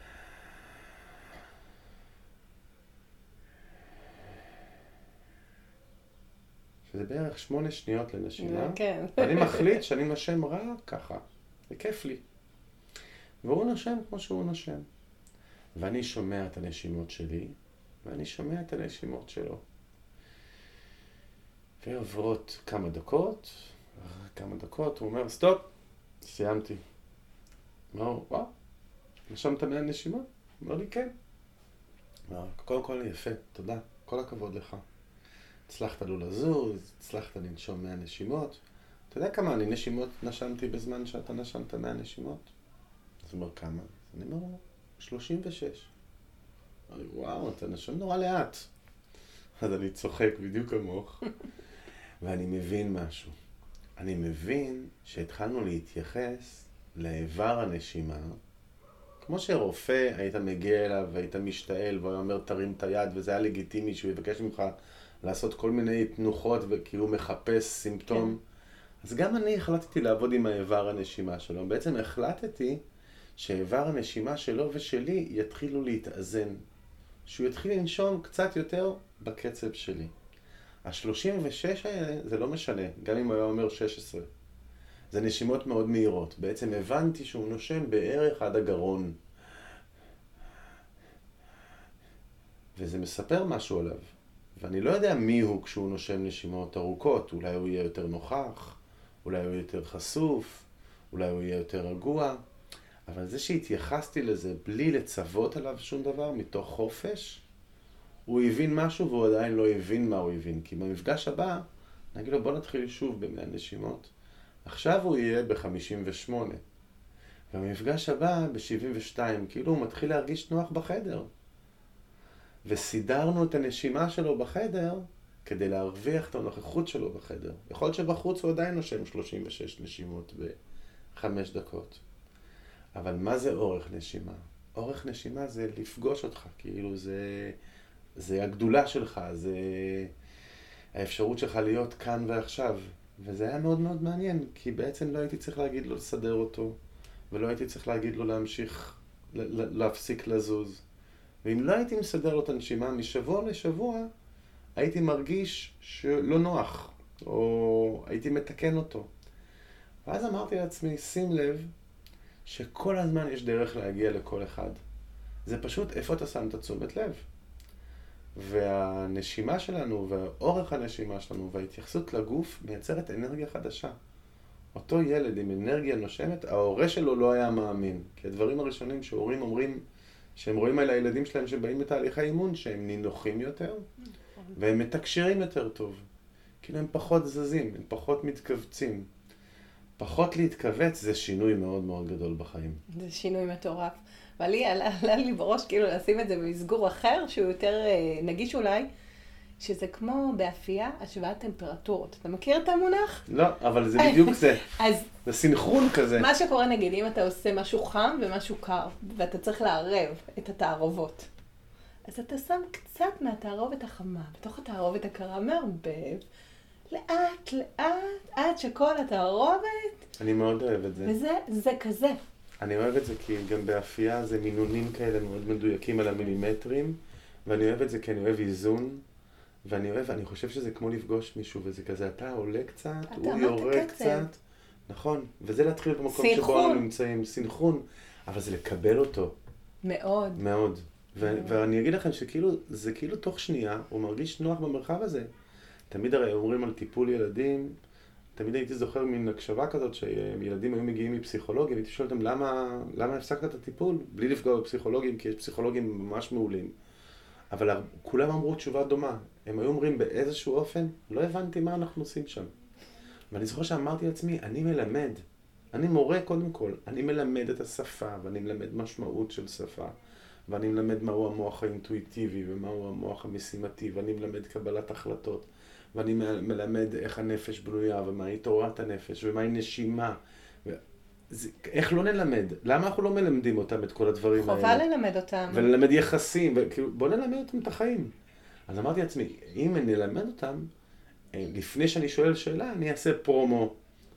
שזה בערך 8 שניות לנשימה. כן. ואני מחליט שאני נושם רק ככה. זה כיף לי. והוא נושם כמו שהוא נושם. ואני שומע את הנשימות שלי, ואני שומע את הנשימות שלו. ועוברות כמה דקות, הוא אומר, סטופ, סיימתי. אמר, וואו, נשמת 100 נשימות? אמר לי, כן. אמר, קודם כל יפה, תודה, כל הכבוד לך. הצלחת לו לזוז, הצלחת לנשום 100 נשימות. אתה יודע כמה אני נשימות נשמתי בזמן שאתה נשמת 100 נשימות? אז הוא אומר, כמה? אני אומר, 36. אמר לי, וואו, אתה נשם נורא לאט. אז אני צוחק בדיוק כמוך. ואני מבין משהו. אני מבין שהתחלנו להתייחס לאיבר הנשימה, כמו שרופא היית מגיע אליו והיית משתעל והוא אומר תרים את היד, וזה היה לגיטימי שהוא יבקש ממך לעשות כל מיני תנוחות וכי הוא מחפש סימפטום. כן. אז גם אני החלטתי לעבוד עם האיבר הנשימה שלו. בעצם החלטתי שאיבר הנשימה שלו ושלי יתחילו להתאזן. שהוא יתחיל לנשום קצת יותר בקצב שלי. ה-36 האלה זה לא משנה, גם אם הוא היה אומר 16. זה נשימות מאוד מהירות. בעצם הבנתי שהוא נושם בערך עד הגרון. וזה מספר משהו עליו. ואני לא יודע מי הוא כשהוא נושם נשימות ארוכות. אולי הוא יהיה יותר נוכח, אולי הוא יהיה יותר חשוף, אולי הוא יהיה יותר רגוע. אבל זה שהתייחסתי לזה בלי לצוות עליו שום דבר, מתוך חופש, הוא הבין משהו והוא עדיין לא הבין מה הוא הבין. כי במפגש הבא, נגיד לו בוא נתחיל שוב ב100 נשימות. עכשיו הוא יהיה ב58. והמפגש הבא ב72, כאילו הוא מתחיל להרגיש נוח בחדר. וסידרנו את הנשימה שלו בחדר כדי להרוויח את הנוכחות שלו בחדר. יכול להיות שבחוץ הוא עדיין נושם 36 נשימות ב5 דקות. אבל מה זה אורך נשימה? אורך נשימה זה לפגוש אותך, כאילו זה הגדולה שלך, זה האפשרות שלך להיות כאן ועכשיו. וזה היה מאוד מאוד מעניין, כי בעצם לא הייתי צריך להגיד לו לסדר אותו, ולא הייתי צריך להגיד לו להמשיך, להפסיק לזוז. ואם לא הייתי מסדר לו את הנשימה משבוע לשבוע, הייתי מרגיש שלא נוח, או הייתי מתקן אותו. ואז אמרתי לעצמי, שים לב שכל הזמן יש דרך להגיע לכל אחד. זה פשוט איפה אתה שם את תשומת לב. והנשימה שלנו, והאורך הנשימה שלנו, וההתייחסות לגוף מייצרת אנרגיה חדשה. אותו ילד עם אנרגיה נושמת, ההורה שלו לא היה מאמין. כי הדברים הראשונים שהורים אומרים, שהם רואים על הילדים שלהם שבאים בתהליך האימון, שהם נינוחים יותר, והם מתקשרים יותר טוב. כאילו הם פחות זזים, הם פחות מתכווצים. פחות להתכווץ זה שינוי מאוד מאוד גדול בחיים. זה שינוי מטורף. אבל עלה לי בראש כאילו לשים את זה במסגור אחר, שהוא יותר נגיש אולי, שזה כמו באפייה, השוואת טמפרטורות. אתה מכיר את המונח? לא, אבל זה בדיוק זה. זה סינכרון כזה. מה שקורה נגיד, אם אתה עושה משהו חם ומשהו קר, ואתה צריך לערב את התערובות, אז אתה שם קצת מהתערובת החמה, בתוך התערובת הקרה מערבב, לאט לאט, עד שכל התערובת... אני מאוד אוהב את זה. וזה כזה. אני אוהב את זה כי גם באפייה זה מינונים כאלה מאוד מדויקים על המילימטרים, ואני אוהב את זה כי אני אוהב איזון, ואני חושב שזה כמו לפגוש מישהו, וזה כזה, אתה עולה קצת, הוא יורד קצת. נכון, וזה להתחיל במקום שבו אנחנו נמצאים, סינכרון, אבל זה לקבל אותו. מאוד. מאוד. ואני אגיד לכם שכאילו, זה כאילו תוך שנייה, הוא מרגיש נוח במרחב הזה. תמיד הרי אומרים על טיפול ילדים, תמיד הייתי זוכר מן הקשבה כזאת שילדים היו מגיעים מפסיכולוגים, הייתי שואל אותם למה הפסקת את הטיפול? בלי לפגוע בפסיכולוגים, כי יש פסיכולוגים ממש מעולים. אבל כולם אמרו תשובה דומה. הם היו אומרים באיזשהו אופן, לא הבנתי מה אנחנו עושים שם. ואני זוכר שאמרתי לעצמי, אני מלמד. אני מורה קודם כל. אני מלמד את השפה, ואני מלמד משמעות של שפה. ואני מלמד מהו המוח האינטואיטיבי, ומהו המוח המשימתי, ואני מלמד קבלת החלטות. ואני מלמד איך הנפש בנויה, ומהי תורת הנפש, ומהי נשימה. איך לא נלמד? למה אנחנו לא מלמדים אותם את כל הדברים האלה? חובה ללמד אותם. וללמד יחסים, בוא נלמד אותם את החיים. אז אמרתי לעצמי, אם נלמד אותם, לפני שאני שואל שאלה, אני אעשה פרומו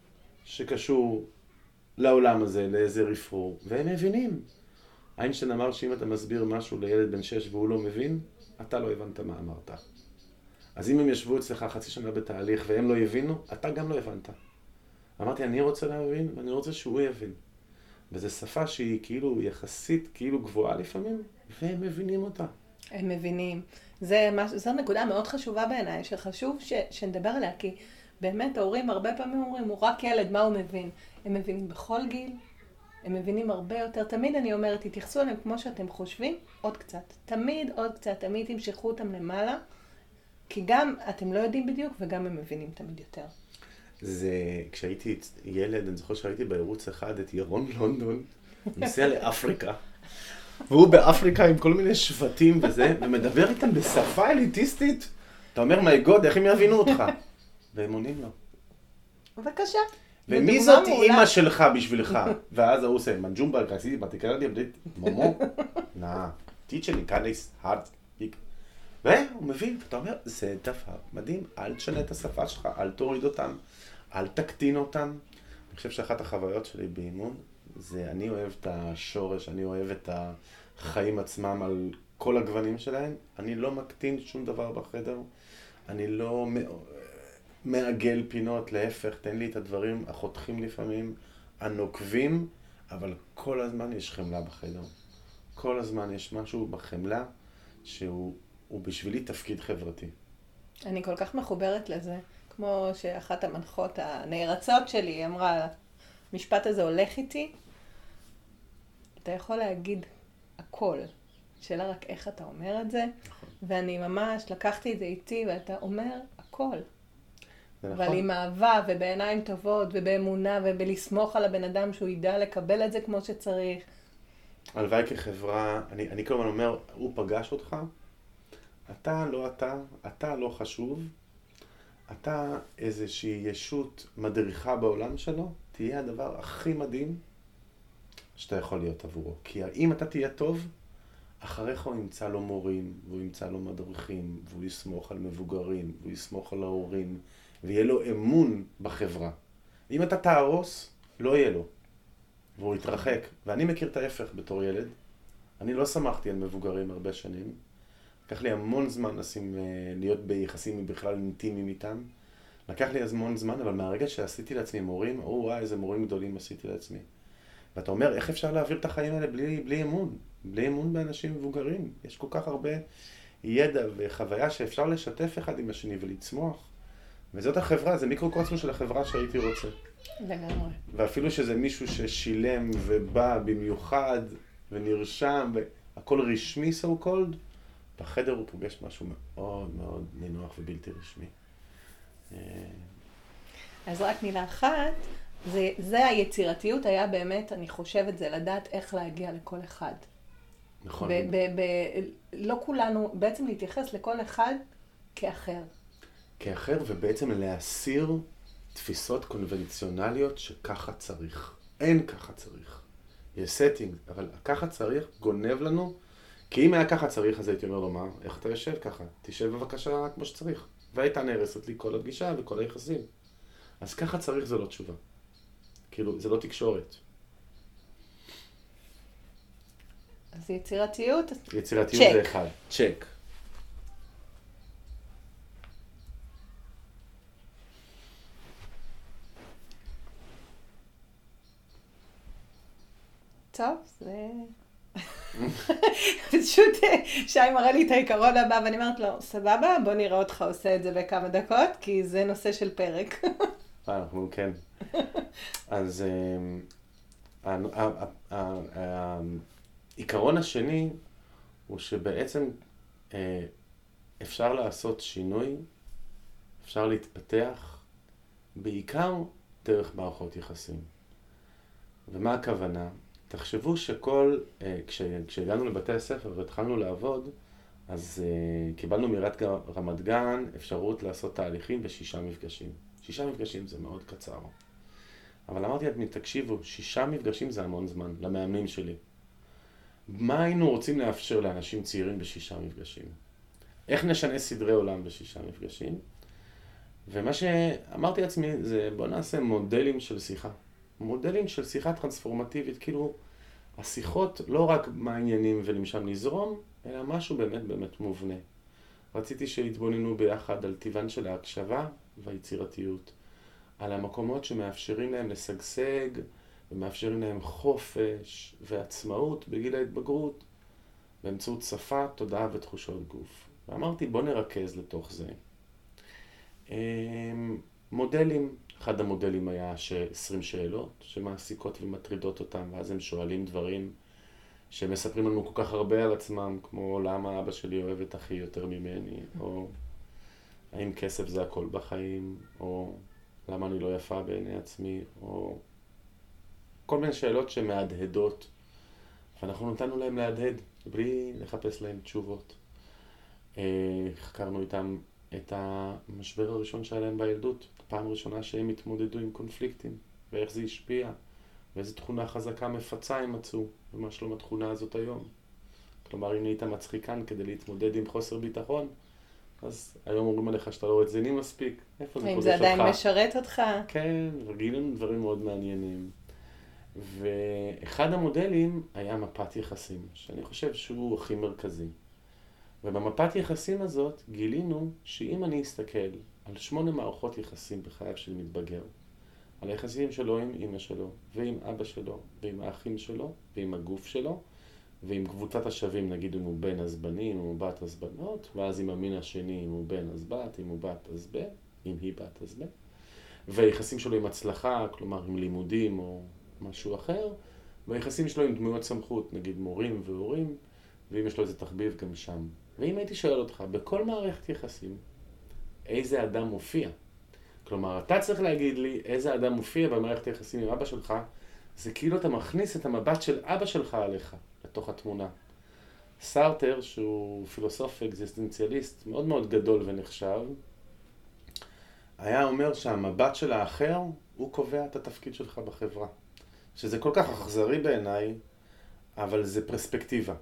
שקשור לעולם הזה, לאיזה רפרור, והם מבינים. איינשטיין אמר שאם אתה מסביר משהו לילד בן 6 והוא לא מבין, אתה לא הבנת מה אמרת. אז אם הם ישבו אצלך חצי שנה בתהליך והם לא יבינו, אתה גם לא הבנת. אמרתי, אני רוצה להבין ואני רוצה שהוא יבין. וזו שפה שהיא כאילו יחסית כאילו גבוהה לפעמים, והם מבינים אותה. הם מבינים. זו נקודה מאוד חשובה בעיניי, שחשוב שנדבר עליה, כי באמת ההורים הרבה פעמים אומרים, הוא רק ילד, מה הוא מבין? הם מבינים בכל גיל, הם מבינים הרבה יותר. תמיד אני אומרת, תתייחסו אליהם כמו שאתם חושבים, עוד קצת. תמיד עוד קצת, תמיד תמשכו אותם למעלה, כי גם אתם לא יודעים בדיוק, וגם הם מבינים תמיד יותר. זה, כשהייתי ילד, אני זוכר שהייתי בערוץ אחד את ירון לונדון, נוסע לאפריקה, והוא באפריקה עם כל מיני שבטים וזה, ומדבר איתם בשפה אליטיסטית. אתה אומר, מי גוד, איך הם יבינו אותך? והם עונים לו. בבקשה. ומי זאת אימא שלך בשבילך? ואז הוא עושה, מנג'ומבה, כעשיתי, בתקרה לי, אמרתי, מומו, teacher in Candice, hard, big. והוא מבין, אתה אומר, זה דבר מדהים, אל תשנה את השפה שלך, אל תוריד אותם, אל תקטין אותם. אני חושב שאחת החוויות שלי באימון, זה אני אוהב את השורש, אני אוהב את החיים עצמם על כל הגוונים שלהם, אני לא מקטין שום דבר בחדר, אני לא מעגל פינות, להפך, תן לי את הדברים החותכים לפעמים, הנוקבים, אבל כל הזמן יש חמלה בחדר. כל הזמן יש משהו בחמלה שהוא בשבילי תפקיד חברתי. אני כל כך מחוברת לזה, כמו שאחת המנחות הנערצות שלי אמרה, המשפט הזה הולך איתי, אתה יכול להגיד הכל, שאלה רק איך אתה אומר את זה, נכון. ואני ממש לקחתי את זה איתי, ואתה אומר הכל. אבל נכון. עם אהבה ובעיניים טובות ובאמונה ובלסמוך על הבן אדם שהוא ידע לקבל את זה כמו שצריך. הלוואי כחברה, אני כל הזמן אומר, הוא פגש אותך, אתה לא חשוב, אתה איזושהי ישות מדריכה בעולם שלו, תהיה הדבר הכי מדהים שאתה יכול להיות עבורו. כי אם אתה תהיה טוב, אחריך הוא ימצא לו מורים, והוא ימצא לו מדריכים, והוא יסמוך על מבוגרים, והוא יסמוך על ההורים, ויהיה לו אמון בחברה. אם אתה תהרוס, לא יהיה לו. והוא יתרחק. ואני מכיר את ההפך בתור ילד. אני לא שמחתי על מבוגרים הרבה שנים. לקח לי המון זמן להיות ביחסים בכלל אינטימיים איתם. לקח לי המון זמן, אבל מהרגע שעשיתי לעצמי מורים, וואי, איזה מורים גדולים עשיתי לעצמי. ואתה אומר, איך אפשר להעביר את החיים האלה בלי אמון? בלי אמון באנשים מבוגרים. יש כל כך הרבה ידע וחוויה שאפשר לשתף אחד עם השני ולצמוח. וזאת החברה, זה מיקרוקוסמוס של החברה שהייתי רוצה. לגמרי. ואפילו שזה מישהו ששילם ובא במיוחד ונרשם, והכל רשמי so called, בחדר הוא פוגש משהו מאוד מאוד נינוח ובלתי רשמי. אז רק מילה אחת, זה היצירתיות היה באמת, אני חושבת, זה לדעת איך להגיע לכל אחד. נכון. לא כולנו, בעצם להתייחס לכל אחד כאחר. כאחר, ובעצם להסיר תפיסות קונבנציונליות שככה צריך. אין ככה צריך. יש סטינג, אבל ככה צריך גונב לנו, כי אם היה ככה צריך, אז הייתי אומר לו, מה? איך אתה יושב ככה? תשב בבקשה כמו שצריך. והייתה נהרסת לי כל הפגישה וכל היחסים. אז ככה צריך, זה לא תשובה. כאילו, זה לא תקשורת. אז יצירתיות? יצירתיות זה אחד. צ'ק. טוב, זה... פשוט שי מראה לי את העיקרון הבא, ואני אומרת לו, סבבה, בוא נראה אותך עושה את זה בכמה דקות, כי זה נושא של פרק. אנחנו כן. אז העיקרון השני הוא שבעצם אפשר לעשות שינוי, אפשר להתפתח, בעיקר דרך מערכות יחסים. ומה הכוונה? תחשבו כשהגענו לבתי הספר והתחלנו לעבוד, אז קיבלנו מעיריית רמת גן אפשרות לעשות תהליכים ב6 מפגשים. 6 מפגשים זה מאוד קצר. אבל אמרתי, תקשיבו, 6 מפגשים זה המון זמן למאמנים שלי. מה היינו רוצים לאפשר לאנשים צעירים ב6 מפגשים? איך נשנה סדרי עולם ב6 מפגשים? ומה שאמרתי לעצמי זה, בוא נעשה מודלים של שיחה. מודלים של שיחה טרנספורמטיבית, כאילו השיחות לא רק מה העניינים ולמשם נזרום, אלא משהו באמת באמת מובנה. רציתי שיתבוננו ביחד על טבען של ההקשבה והיצירתיות, על המקומות שמאפשרים להם לשגשג ומאפשרים להם חופש ועצמאות בגיל ההתבגרות, באמצעות שפה, תודעה ותחושות גוף. ואמרתי, בוא נרכז לתוך זה. מודלים, אחד המודלים היה 20 שאלות שמעסיקות ומטרידות אותם, ואז הם שואלים דברים שמספרים לנו כל כך הרבה על עצמם, כמו למה אבא שלי אוהב את אחי יותר ממני, או האם כסף זה הכל בחיים, או למה אני לא יפה בעיני עצמי, או כל מיני שאלות שמהדהדות, ואנחנו נתנו להם להדהד, בלי לחפש להם תשובות. חקרנו איתם את המשבר הראשון שהיה להם בילדות, הפעם הראשונה שהם התמודדו עם קונפליקטים, ואיך זה השפיע, ואיזו תכונה חזקה מפצה הם מצאו, ומה שלום התכונה הזאת היום. כלומר, אם היית מצחיקן כדי להתמודד עם חוסר ביטחון, אז היום אומרים עליך שאתה לא רציני מספיק. איפה זה פוגש אותך? אם זה עדיין משרת אותך. כן, וגילינו דברים מאוד מעניינים. ואחד המודלים היה מפת יחסים, שאני חושב שהוא הכי מרכזי. ובמפת יחסים הזאת גילינו שאם אני אסתכל על 8 מערכות יחסים בחייו של מתבגר, על היחסים שלו עם אמא שלו, ועם אבא שלו, ועם האחים שלו, ועם הגוף שלו, ועם קבוצת השווים, נגיד אם הוא בן אז בנים, אם הוא בת אז בנות, ואז עם המין השני, אם הוא בן אז בת, אם הוא בת אז ב, אם היא בת אז ב, והיחסים שלו עם הצלחה, כלומר עם לימודים או משהו אחר, והיחסים שלו עם דמויות סמכות, נגיד מורים והורים, ואם יש לו איזה תחביב גם שם. ואם הייתי שואל אותך, בכל מערכת יחסים, איזה אדם מופיע? כלומר, אתה צריך להגיד לי איזה אדם מופיע במערכת היחסים עם אבא שלך, זה כאילו אתה מכניס את המבט של אבא שלך עליך, לתוך התמונה. סארטר, שהוא פילוסוף אקזיסטנציאליסט מאוד מאוד גדול ונחשב, היה אומר שהמבט של האחר, הוא קובע את התפקיד שלך בחברה. שזה כל כך אכזרי בעיניי, אבל זה פרספקטיבה.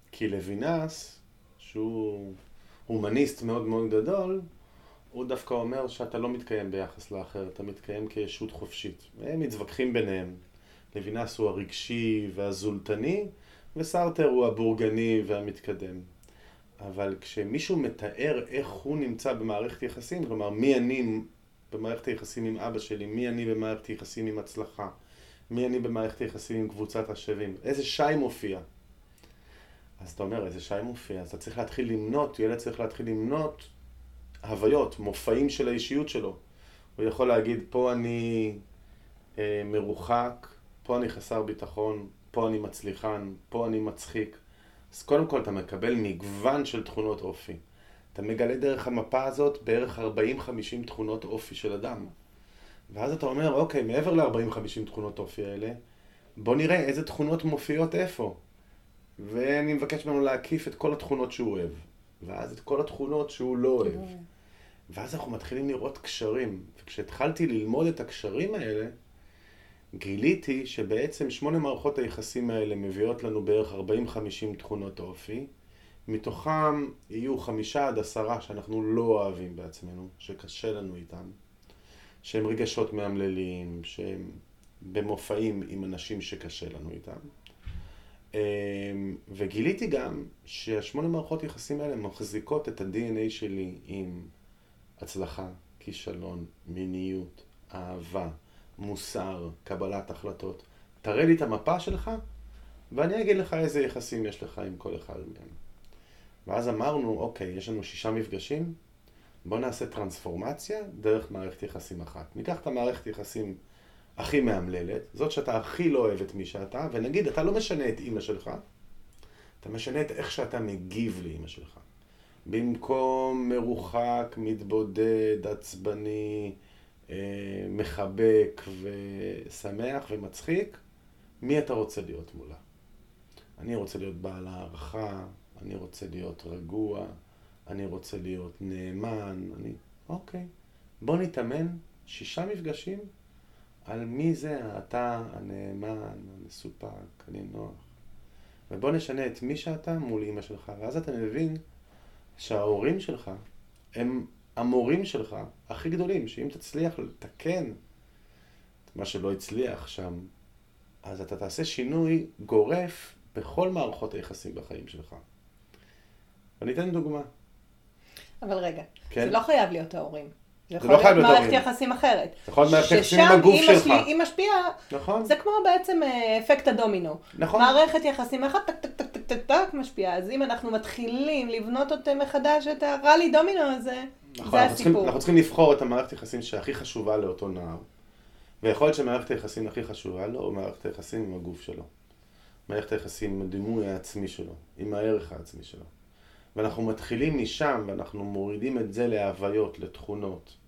כי לוינס, שהוא הומניסט מאוד מאוד גדול, הוא דווקא אומר שאתה לא מתקיים ביחס לאחר, אתה מתקיים כישות חופשית. הם מתווכחים ביניהם. לוינס הוא הרגשי והזולטני, וסרטר הוא הבורגני והמתקדם. אבל כשמישהו מתאר איך הוא נמצא במערכת יחסים, כלומר מי אני במערכת היחסים עם אבא שלי, מי אני במערכת יחסים עם הצלחה, מי אני במערכת יחסים עם קבוצת השווים, איזה שי מופיע. אז אתה אומר, איזה שי מופיע, אז אתה צריך להתחיל למנות, ילד צריך להתחיל למנות הוויות, מופעים של האישיות שלו. הוא יכול להגיד, פה אני מרוחק, פה אני חסר ביטחון, פה אני מצליחן, פה אני מצחיק. אז קודם כל אתה מקבל מגוון של תכונות אופי. אתה מגלה דרך המפה הזאת בערך 40-50 תכונות אופי של אדם. ואז אתה אומר, אוקיי, מעבר ל-40-50 תכונות אופי האלה, בוא נראה איזה תכונות מופיעות איפה. ואני מבקש ממנו להקיף את כל התכונות שהוא אוהב. ואז את כל התכונות שהוא לא אוהב. ואז אנחנו מתחילים לראות קשרים. וכשהתחלתי ללמוד את הקשרים האלה, גיליתי שבעצם 8 מערכות היחסים האלה מביאות לנו בערך 40-50 תכונות אופי. מתוכם יהיו 5-10 שאנחנו לא אוהבים בעצמנו, שקשה לנו איתם. שהם רגשות מאמללים, שהם במופעים עם אנשים שקשה לנו איתם. וגיליתי גם ש8 מערכות יחסים האלה מחזיקות את ה-DNA שלי עם הצלחה, כישלון, מיניות, אהבה, מוסר, קבלת החלטות. תראה לי את המפה שלך, ואני אגיד לך איזה יחסים יש לך עם כל אחד מהם. ואז אמרנו, אוקיי, יש לנו 6 מפגשים, בוא נעשה טרנספורמציה דרך מערכת יחסים אחת. ניקח את המערכת יחסים הכי מאמללת, זאת שאתה הכי לא אוהב את מי שאתה, ונגיד, אתה לא משנה את אמא שלך, אתה משנה את איך שאתה מגיב לאמא שלך. במקום מרוחק, מתבודד, עצבני, מחבק ושמח ומצחיק, מי אתה רוצה להיות מולה? אני רוצה להיות בעל הערכה, אני רוצה להיות רגוע, אני רוצה להיות נאמן, אוקיי. בוא נתאמן 6 מפגשים על מי זה אתה הנאמן, המסופק, הנינוח. ובוא נשנה את מי שאתה מול אמא שלך, ואז אתה מבין שההורים שלך הם המורים שלך הכי גדולים, שאם תצליח לתקן את מה שלא הצליח שם, אז אתה תעשה שינוי גורף בכל מערכות היחסים בחיים שלך. ואני אתן דוגמה. אבל רגע, כן? זה לא חייב להיות ההורים. זה יכול לא חייב להיות להיות מערכת ההורים. יחסים אחרת. זה יכול להיות מערכת יחסים עם הגוף שלך. ששם היא משפיעה, נכון. זה כמו בעצם אפקט הדומינו. נכון. מערכת יחסים אחת, טק טק טק טק טק טק משפיעה. אז אם אנחנו מתחילים לבנות אותם מחדש את הרלי דומינו הזה, נכון, זה הסיפור. אנחנו צריכים לבחור את המערכת יחסים שהכי חשובה לאותו נער. ויכול להיות שמערכת היחסים הכי חשובה לו, או מערכת היחסים עם הגוף שלו. מערכת היחסים עם הדימוי העצמי שלו, עם הערך העצמי שלו. ואנחנו מתחילים משם, ואנחנו מורידים את זה להוויות, לתכונות.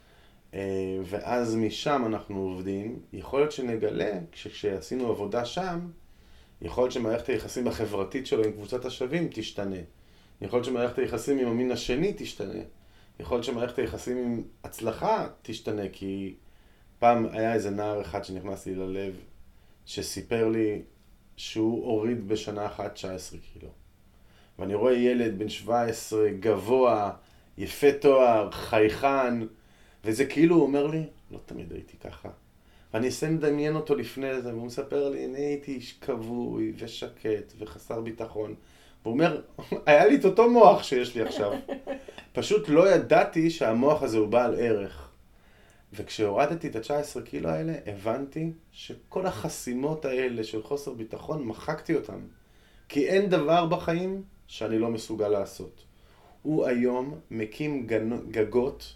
ואז משם אנחנו עובדים. יכול להיות שנגלה, כשעשינו עבודה שם, יכול להיות שמערכת היחסים החברתית שלו עם קבוצת השווים תשתנה. יכול להיות שמערכת היחסים עם המין השני תשתנה. יכול להיות שמערכת היחסים עם הצלחה תשתנה, כי פעם היה איזה נער אחד שנכנס לי ללב, שסיפר לי שהוא הוריד בשנה אחת 19 קילו. ואני רואה ילד בן 17, גבוה, יפה תואר, חייכן, וזה כאילו הוא אומר לי, לא תמיד הייתי ככה. ואני אסיים לדמיין אותו לפני זה, והוא מספר לי, אני הייתי איש כבוי ושקט וחסר ביטחון. והוא אומר, היה לי את אותו מוח שיש לי עכשיו. פשוט לא ידעתי שהמוח הזה הוא בעל ערך. וכשהורדתי את ה-19 קילו האלה, הבנתי שכל החסימות האלה של חוסר ביטחון, מחקתי אותם. כי אין דבר בחיים שאני לא מסוגל לעשות. הוא היום מקים גגות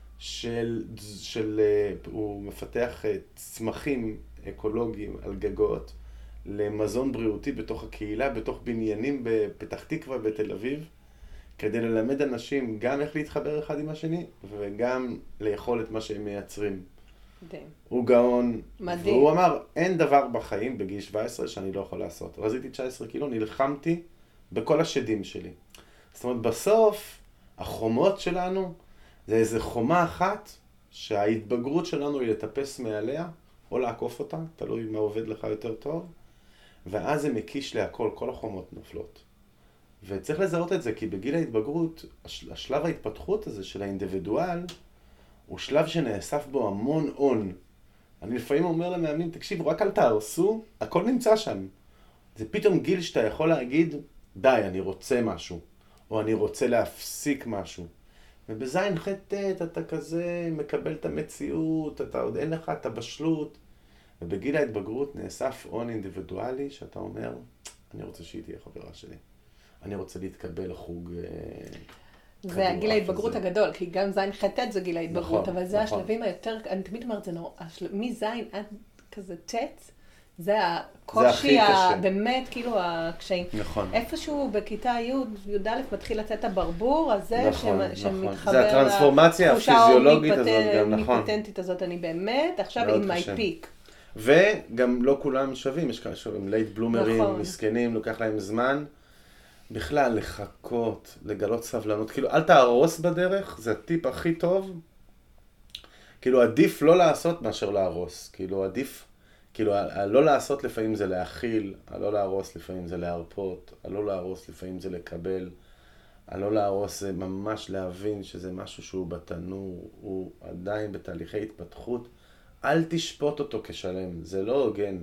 הוא מפתח צמחים אקולוגיים על גגות למזון בריאותי בתוך הקהילה, בתוך בניינים בפתח תקווה בתל אביב, כדי ללמד אנשים גם איך להתחבר אחד עם השני, וגם לאכול את מה שהם מייצרים. מדהים. הוא גאון. מדהים. והוא אמר, אין דבר בחיים בגיל 17 שאני לא יכול לעשות. רזיתי 19 קילו, נלחמתי בכל השדים שלי. זאת אומרת, בסוף, החומות שלנו, זה איזו חומה אחת, שההתבגרות שלנו היא לטפס מעליה, או לעקוף אותה, תלוי מה עובד לך יותר טוב, ואז זה מקיש להכל, כל החומות נופלות. וצריך לזהות את זה, כי בגיל ההתבגרות, השלב ההתפתחות הזה של האינדיבידואל, הוא שלב שנאסף בו המון הון. אני לפעמים אומר למאמנים, תקשיב, רק אל תהרסו, הכל נמצא שם. זה פתאום גיל שאתה יכול להגיד, די, אני רוצה משהו, או אני רוצה להפסיק משהו. ובזין חטא, אתה כזה מקבל את המציאות, אתה עוד אין לך את הבשלות. ובגיל ההתבגרות נאסף הון אינדיבידואלי, שאתה אומר, אני רוצה שהיא תהיה חברה שלי. אני רוצה להתקבל לחוג זה הגיל ההתבגרות הגדול, כי גם זין חטא זה גיל ההתבגרות, נכון, אבל זה נכון. השלבים היותר, אני תמיד אומרת, זה נורא, מזין עד כזה טט, זה הקושי, קשה. באמת, כאילו הקשיים. נכון. איפשהו בכיתה י' מתחיל לצאת הברבור הזה, נכון, שמתחבר זה הטרנספורמציה הפיזיולוגית הזאת גם, נכון. מיפטנטית הזאת, אני באמת, עכשיו מאוד עם קשה. my peak. וגם לא כולם שווים, יש כאלה שהם לייט בלומרים, נכון. מסכנים, לוקח להם זמן. בכלל, לחכות, לגלות סבלנות, כאילו אל תהרוס בדרך, זה הטיפ הכי טוב. כאילו עדיף לא לעשות מאשר להרוס, כאילו עדיף, כאילו לא לעשות לפעמים זה להכיל, לא להרוס לפעמים זה להרפות, לא להרוס לפעמים זה לקבל, לא להרוס זה ממש להבין שזה משהו שהוא בתנור, הוא עדיין בתהליכי התפתחות, אל תשפוט אותו כשלם, זה לא הוגן.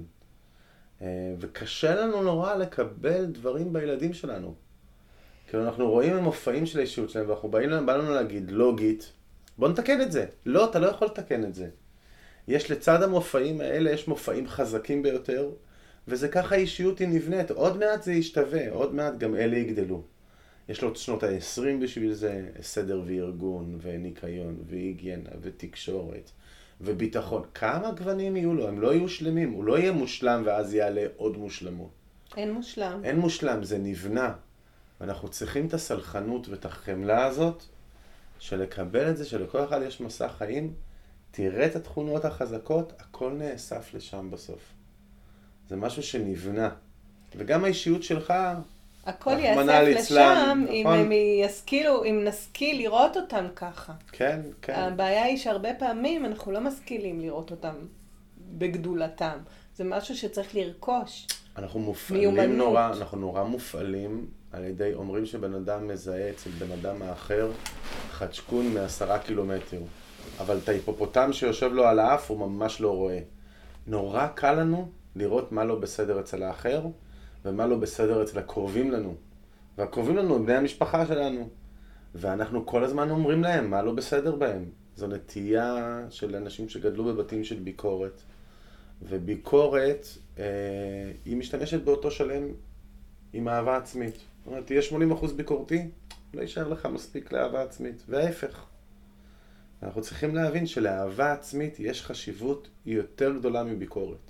וקשה לנו נורא לקבל דברים בילדים שלנו. כאילו אנחנו רואים המופעים של האישיות שלהם, ואנחנו בא לנו להגיד לוגית, בוא נתקן את זה. לא, אתה לא יכול לתקן את זה. יש לצד המופעים האלה, יש מופעים חזקים ביותר, וזה ככה האישיות היא נבנית. עוד מעט זה ישתווה, עוד מעט גם אלה יגדלו. יש לו שנות ה-20 בשביל זה, סדר וארגון, וניקיון, והיגיינה, ותקשורת. וביטחון. כמה גוונים יהיו לו? הם לא יהיו שלמים. הוא לא יהיה מושלם ואז יעלה עוד מושלמות. אין מושלם. אין מושלם, זה נבנה. ואנחנו צריכים את הסלחנות ואת החמלה הזאת, של לקבל את זה, שלכל אחד יש מסע חיים, תראה את התכונות החזקות, הכל נאסף לשם בסוף. זה משהו שנבנה. וגם האישיות שלך, הכל רחמנא יאסף ליצלן, לשם, אם נכון? הם ישכילו, אם נשכיל לראות אותם ככה. כן, כן. הבעיה היא שהרבה פעמים אנחנו לא משכילים לראות אותם בגדולתם. זה משהו שצריך לרכוש. אנחנו מופעלים מיומנות. נורא, אנחנו נורא מופעלים על ידי, אומרים שבן אדם מזהה אצל בן אדם האחר חדשקון מ10 קילומטר. אבל את ההיפופוטם שיושב לו על האף הוא ממש לא רואה. נורא קל לנו לראות מה לא בסדר אצל האחר ומה לא בסדר אצל הקרובים לנו. והקרובים לנו הם בני המשפחה שלנו. ואנחנו כל הזמן אומרים להם מה לא בסדר בהם. זו נטייה של אנשים שגדלו בבתים של ביקורת. וביקורת, היא משתמשת באותו שלם עם אהבה עצמית. זאת אומרת, תהיה 80% ביקורתי, לא יישאר לך מספיק לאהבה עצמית. וההפך. אנחנו צריכים להבין שלאהבה עצמית יש חשיבות יותר גדולה מביקורת.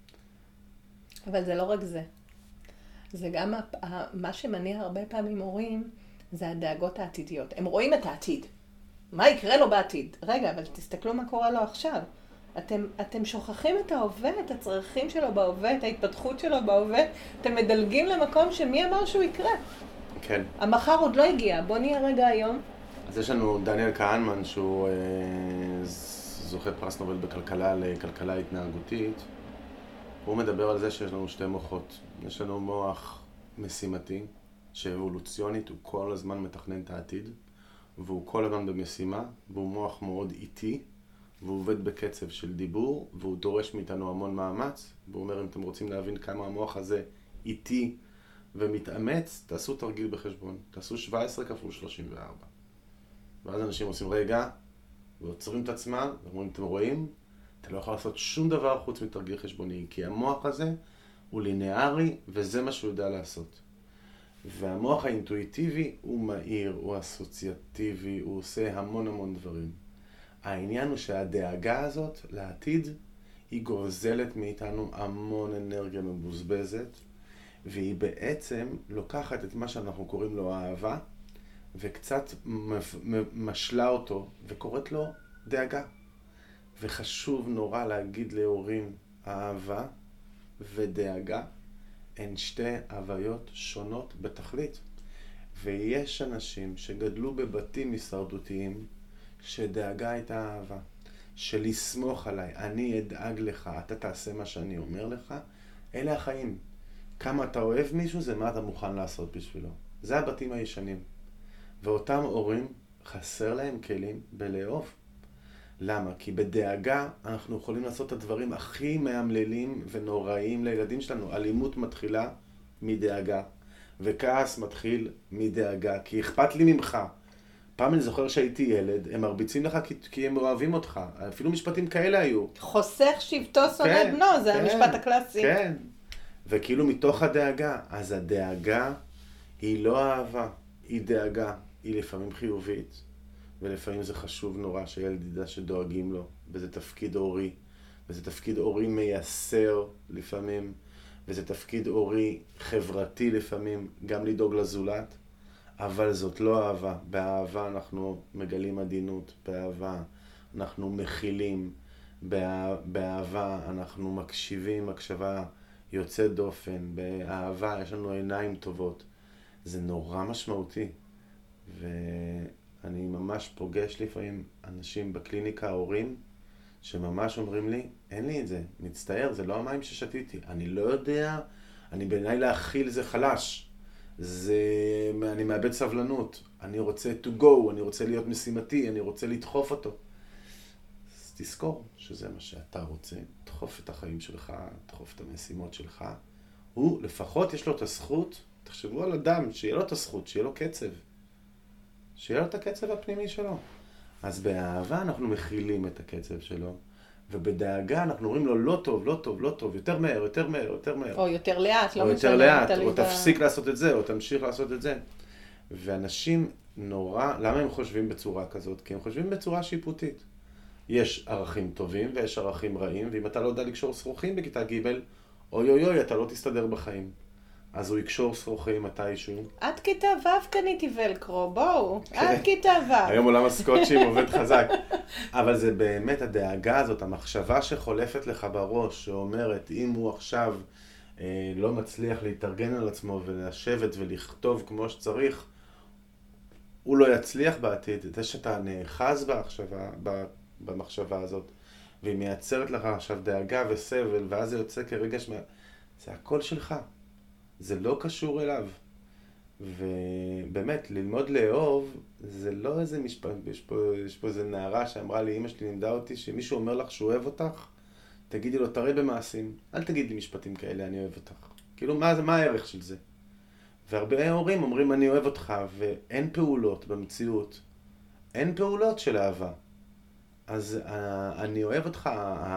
אבל זה לא רק זה. זה גם מה שמניע הרבה פעמים הורים, זה הדאגות העתידיות. הם רואים את העתיד. מה יקרה לו בעתיד? רגע, אבל תסתכלו מה קורה לו עכשיו. אתם שוכחים את ההווה, את הצרכים שלו בהווה, את ההתפתחות שלו בהווה. אתם מדלגים למקום שמי אמר שהוא יקרה. כן. המחר עוד לא הגיע. בוא נהיה רגע היום. אז יש לנו דניאל כהנמן, שהוא זוכה פרס נובל בכלכלה לכלכלה התנהגותית. הוא מדבר על זה שיש לנו שתי מוחות. יש לנו מוח משימתי, שאבולוציונית הוא כל הזמן מתכנן את העתיד, והוא כל הזמן במשימה, והוא מוח מאוד איטי, והוא עובד בקצב של דיבור, והוא דורש מאיתנו המון מאמץ, והוא אומר, אם אתם רוצים להבין כמה המוח הזה איטי ומתאמץ, תעשו תרגיל בחשבון, תעשו 17 כפול 34. ואז אנשים עושים רגע, ועוצרים את עצמם, ואומרים, אתם רואים? אתה לא יכול לעשות שום דבר חוץ מתרגיל חשבוני, כי המוח הזה הוא לינארי, וזה מה שהוא יודע לעשות. והמוח האינטואיטיבי הוא מהיר, הוא אסוציאטיבי, הוא עושה המון המון דברים. העניין הוא שהדאגה הזאת לעתיד, היא גוזלת מאיתנו המון אנרגיה מבוזבזת, והיא בעצם לוקחת את מה שאנחנו קוראים לו אהבה, וקצת משלה אותו, וקוראת לו דאגה. וחשוב נורא להגיד להורים, אהבה ודאגה הן שתי הוויות שונות בתכלית. ויש אנשים שגדלו בבתים הישרדותיים, שדאגה הייתה אהבה. של לסמוך עליי, אני אדאג לך, אתה תעשה מה שאני אומר לך. אלה החיים. כמה אתה אוהב מישהו זה מה אתה מוכן לעשות בשבילו. זה הבתים הישנים. ואותם הורים חסר להם כלים בלאהוב. למה? כי בדאגה אנחנו יכולים לעשות את הדברים הכי מאמללים ונוראיים לילדים שלנו. אלימות מתחילה מדאגה, וכעס מתחיל מדאגה, כי אכפת לי ממך. פעם אני זוכר שהייתי ילד, הם מרביצים לך כי הם אוהבים אותך. אפילו משפטים כאלה היו. חוסך שבטו שונא את בנו, זה המשפט הקלאסי. כן, וכאילו מתוך הדאגה. אז הדאגה היא לא אהבה, היא דאגה. היא לפעמים חיובית, ולפעמים זה חשוב נורא שילד ידע שדואגים לו, וזה תפקיד הורי, וזה תפקיד הורי מייסר לפעמים, וזה תפקיד הורי חברתי לפעמים, גם לדאוג לזולת, אבל זאת לא אהבה. באהבה אנחנו מגלים עדינות, באהבה אנחנו מכילים, באהבה אנחנו מקשיבים, הקשבה יוצאת דופן, באהבה יש לנו עיניים טובות. זה נורא משמעותי. ואני ממש פוגש לפעמים אנשים בקליניקה, הורים, שממש אומרים לי, אין לי את זה, מצטער, זה לא המים ששתיתי, אני לא יודע, אני בעיניי להכיל זה חלש, אני מאבד סבלנות, אני רוצה to go, אני רוצה להיות משימתי, אני רוצה לדחוף אותו. אז תזכור שזה מה שאתה רוצה, דחוף את החיים שלך, דחוף את המשימות שלך. הוא לפחות יש לו את הזכות, תחשבו על אדם, שיהיה לו את הזכות, שיהיה לו קצב. שיהיה לו את הקצב הפנימי שלו. אז באהבה אנחנו מכילים את הקצב שלו, ובדאגה אנחנו אומרים לו לא טוב, לא טוב, לא טוב, יותר מהר, יותר מהר, יותר מהר. או יותר לאט, או יותר לאט, או תפסיק לעשות את זה, או תמשיך לעשות את זה. ואנשים נורא, למה הם חושבים בצורה כזאת? כי הם חושבים בצורה שיפוטית. יש ערכים טובים ויש ערכים רעים, ואם אתה לא יודע לקשור שרוכים בכיתה ג', אוי אוי אוי, אתה לא תסתדר בחיים. אז הוא יקשור שרוכים מתישהו. עד כיתה ו' קניתי ולקרו, בואו, עד כיתה ו'. היום עולם הסקוטשים עובד חזק. אבל זה באמת הדאגה הזאת, המחשבה שחולפת לך בראש, שאומרת, אם הוא עכשיו לא מצליח להתארגן על עצמו ולשבת ולכתוב כמו שצריך, הוא לא יצליח בעתיד. זה שאתה נאחז במחשבה הזאת, והיא מייצרת לך עכשיו דאגה וסבל, ואז זה יוצא כרגש, זה הכל שלך. זה לא קשור אליו. ובאמת, ללמוד לאהוב, זה לא איזה משפט. יש פה איזה נערה שאמרה לי, אמא שלי לימדה אותי, שמישהו אומר לך שהוא אוהב אותך, תגידי לו, תראה במעשים. אל תגיד לי משפטים כאלה, אני אוהב אותך. כאילו, מה הערך של זה? והרבה הורים אומרים, אני אוהב אותך, ואין פעולות במציאות. אין פעולות של אהבה. אז אני אוהב אותך,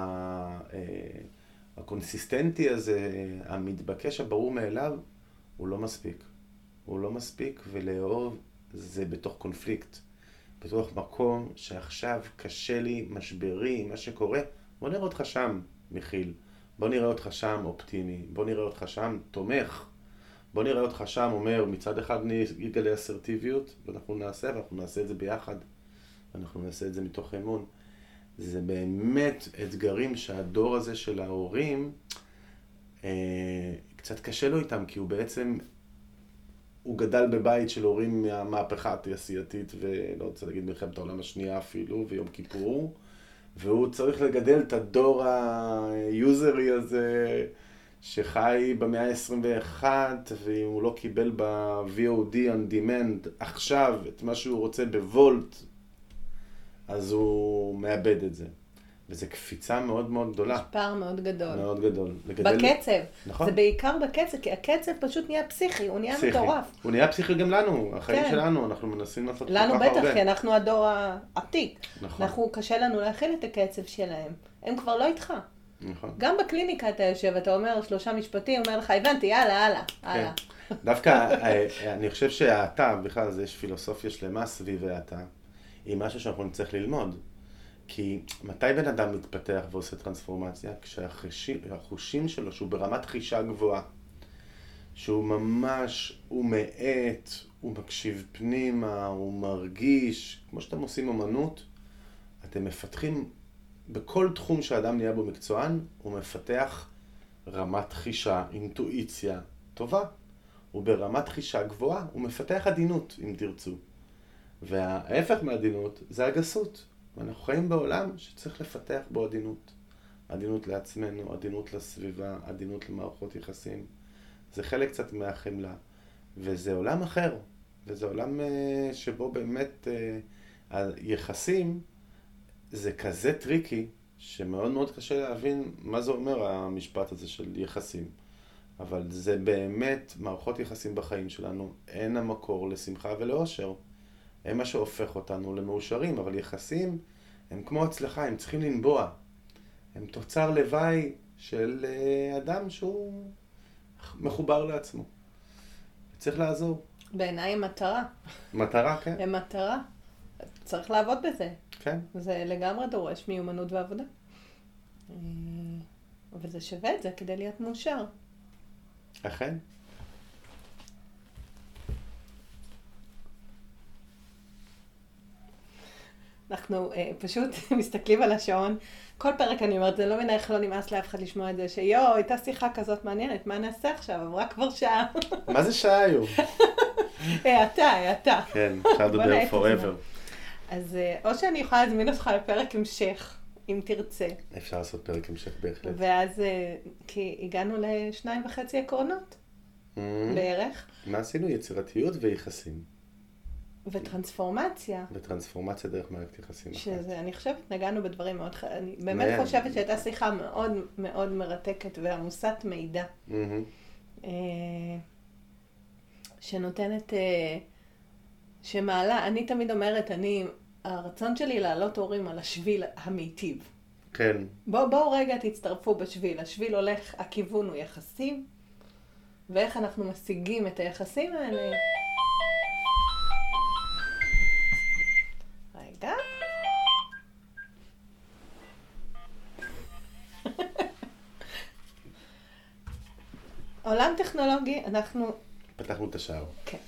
הקונסיסטנטי הזה, המתבקש, הברור מאליו, הוא לא מספיק. הוא לא מספיק, ולאהוב זה בתוך קונפליקט. בתוך מקום שעכשיו קשה לי, משברי, מה שקורה. בוא נראה אותך שם, מכיל. בוא נראה אותך שם, אופטימי. בוא נראה אותך שם, תומך. בוא נראה אותך שם, אומר, מצד אחד נגלה אסרטיביות, ואנחנו נעשה את זה ביחד. ואנחנו נעשה את זה מתוך אמון. זה באמת אתגרים שהדור הזה של ההורים, קצת קשה לו איתם, כי הוא בעצם, הוא גדל בבית של הורים מהמהפכה התעשייתית, ולא רוצה להגיד מלחמת העולם השנייה אפילו, ויום כיפור, והוא צריך לגדל את הדור היוזרי הזה, שחי במאה ה-21, ואם הוא לא קיבל ב-VOD on demand עכשיו את מה שהוא רוצה בוולט, אז הוא מאבד את זה. וזו קפיצה מאוד מאוד גדולה. יש פער מאוד גדול. מאוד גדול. בקצב. נכון. זה בעיקר בקצב, כי הקצב פשוט נהיה פסיכי, הוא נהיה מטורף. הוא נהיה פסיכי גם לנו, החיים שלנו, אנחנו מנסים לעשות כל כך הרבה. לנו בטח, כי אנחנו הדור העתיק. נכון. אנחנו קשה לנו להכיל את הקצב שלהם. הם כבר לא איתך. נכון. גם בקליניקה אתה יושב, אתה אומר 3 משפטים, אומר לך, הבנתי, יאללה. דווקא, אני חושב שהאתה, בכלל, יש פילוסופיה שלמה סביב האתה, היא משהו שאנחנו נצטרך ללמוד. כי מתי בן אדם מתפתח ועושה טרנספורמציה? כשהחושים שלו, שהוא ברמת חישה גבוהה, שהוא ממש, הוא מעט, הוא מקשיב פנימה, הוא מרגיש, כמו שאתם עושים אמנות, אתם מפתחים, בכל תחום שהאדם נהיה בו מקצוען, הוא מפתח רמת חישה, אינטואיציה טובה. הוא ברמת חישה גבוהה, הוא מפתח עדינות, אם תרצו. וההפך מהעדינות זה הגסות. ואנחנו חיים בעולם שצריך לפתח בו עדינות. עדינות לעצמנו, עדינות לסביבה, עדינות למערכות יחסים. זה חלק קצת מהחמלה. וזה עולם אחר, וזה עולם שבו באמת היחסים זה כזה טריקי, שמאוד מאוד קשה להבין מה זה אומר המשפט הזה של יחסים. אבל זה באמת מערכות יחסים בחיים שלנו, אין המקור לשמחה ולאושר. הם מה שהופך אותנו למאושרים, אבל יחסים הם כמו הצלחה, הם צריכים לנבוע. הם תוצר לוואי של אדם שהוא מחובר לעצמו. צריך לעזור. בעיניי הם מטרה. מטרה, כן. הם מטרה. צריך לעבוד בזה. כן. זה לגמרי דורש מיומנות ועבודה. וזה שווה את זה כדי להיות מאושר. אכן. אנחנו פשוט מסתכלים על השעון. כל פרק אני אומרת, זה לא מבינה איך לא נמאס לאף אחד לשמוע את זה, שיו, הייתה שיחה כזאת מעניינת, מה נעשה עכשיו? עברה כבר שעה. מה זה שעה היום? העתה. כן, אפשר לדבר forever. אז או שאני יכולה להזמין אותך לפרק המשך, אם תרצה. אפשר לעשות פרק המשך בהחלט. ואז, כי הגענו ל2.5 עקרונות, בערך. מה עשינו? יצירתיות ויחסים. וטרנספורמציה. וטרנספורמציה דרך מערכת יחסים. שזה, אני חושבת, נגענו בדברים מאוד, אני באמת חושבת שהייתה שיחה מאוד מאוד מרתקת ועמוסת מידע. שנותנת, שמעלה, אני תמיד אומרת, הרצון שלי לעלות הורים על השביל המיטיב. כן. בואו רגע תצטרפו בשביל. השביל הולך, הכיוון הוא יחסים, ואיך אנחנו משיגים את היחסים האלה. רגע. עולם טכנולוגי, אנחנו... פתחנו את השער. כן.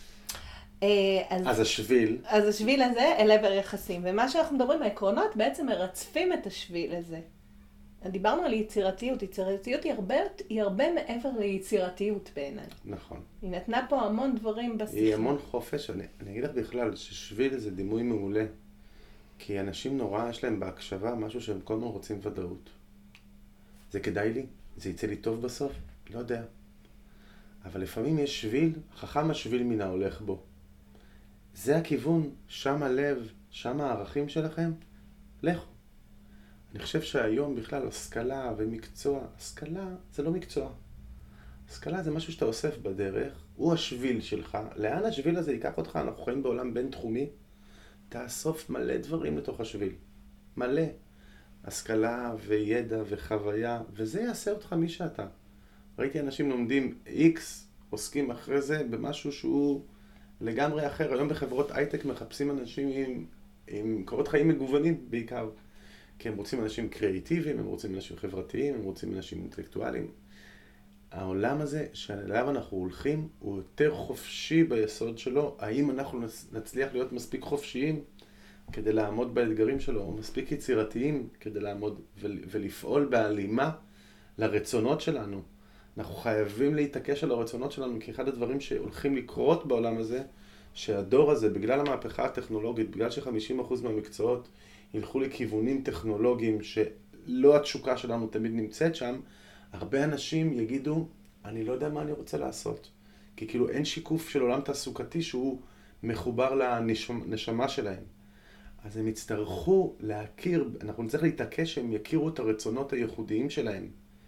אז השביל. אז השביל הזה אל עבר יחסים. ומה שאנחנו מדברים, העקרונות בעצם מרצפים את השביל הזה. דיברנו על יצירתיות. יצירתיות היא הרבה מעבר ליצירתיות בעיניי. נכון. היא נתנה פה המון דברים בשיחה. היא המון חופש. אני אגיד לך בכלל ששביל זה דימוי מעולה. כי אנשים נורא יש להם בהקשבה משהו שהם כל הזמן רוצים ודאות. זה כדאי לי? זה יצא לי טוב בסוף? לא יודע. אבל לפעמים יש שביל, חכם השביל מן ההולך בו. זה הכיוון, שם הלב, שם הערכים שלכם, לכו. אני חושב שהיום בכלל השכלה ומקצוע, השכלה זה לא מקצוע. השכלה זה משהו שאתה אוסף בדרך, הוא השביל שלך. לאן השביל הזה ייקח אותך? אנחנו חיים בעולם בין תחומי. תאסוף מלא דברים לתוך השביל. מלא. השכלה וידע וחוויה, וזה יעשה אותך מי שאתה. ראיתי אנשים לומדים X, עוסקים אחרי זה במשהו שהוא לגמרי אחר. היום בחברות הייטק מחפשים אנשים עם קורות חיים מגוונים בעיקר. כי הם רוצים אנשים קריאיטיביים, הם רוצים אנשים חברתיים, הם רוצים אנשים אינטלקטואליים. העולם הזה שעליו אנחנו הולכים הוא יותר חופשי ביסוד שלו. האם אנחנו נצליח להיות מספיק חופשיים כדי לעמוד באתגרים שלו, או מספיק יצירתיים כדי לעמוד ולפעול בהלימה לרצונות שלנו. אנחנו חייבים להתעקש על הרצונות שלנו, כי אחד הדברים שהולכים לקרות בעולם הזה, שהדור הזה, בגלל המהפכה הטכנולוגית, בגלל ש50% מהמקצועות ילכו לכיוונים טכנולוגיים שלא התשוקה שלנו תמיד נמצאת שם, הרבה אנשים יגידו, אני לא יודע מה אני רוצה לעשות. כי כאילו אין שיקוף של עולם תעסוקתי שהוא מחובר לנשמה שלהם. אז הם יצטרכו להכיר, אנחנו נצטרך להתעקש שהם יכירו את הרצונות הייחודיים שלהם.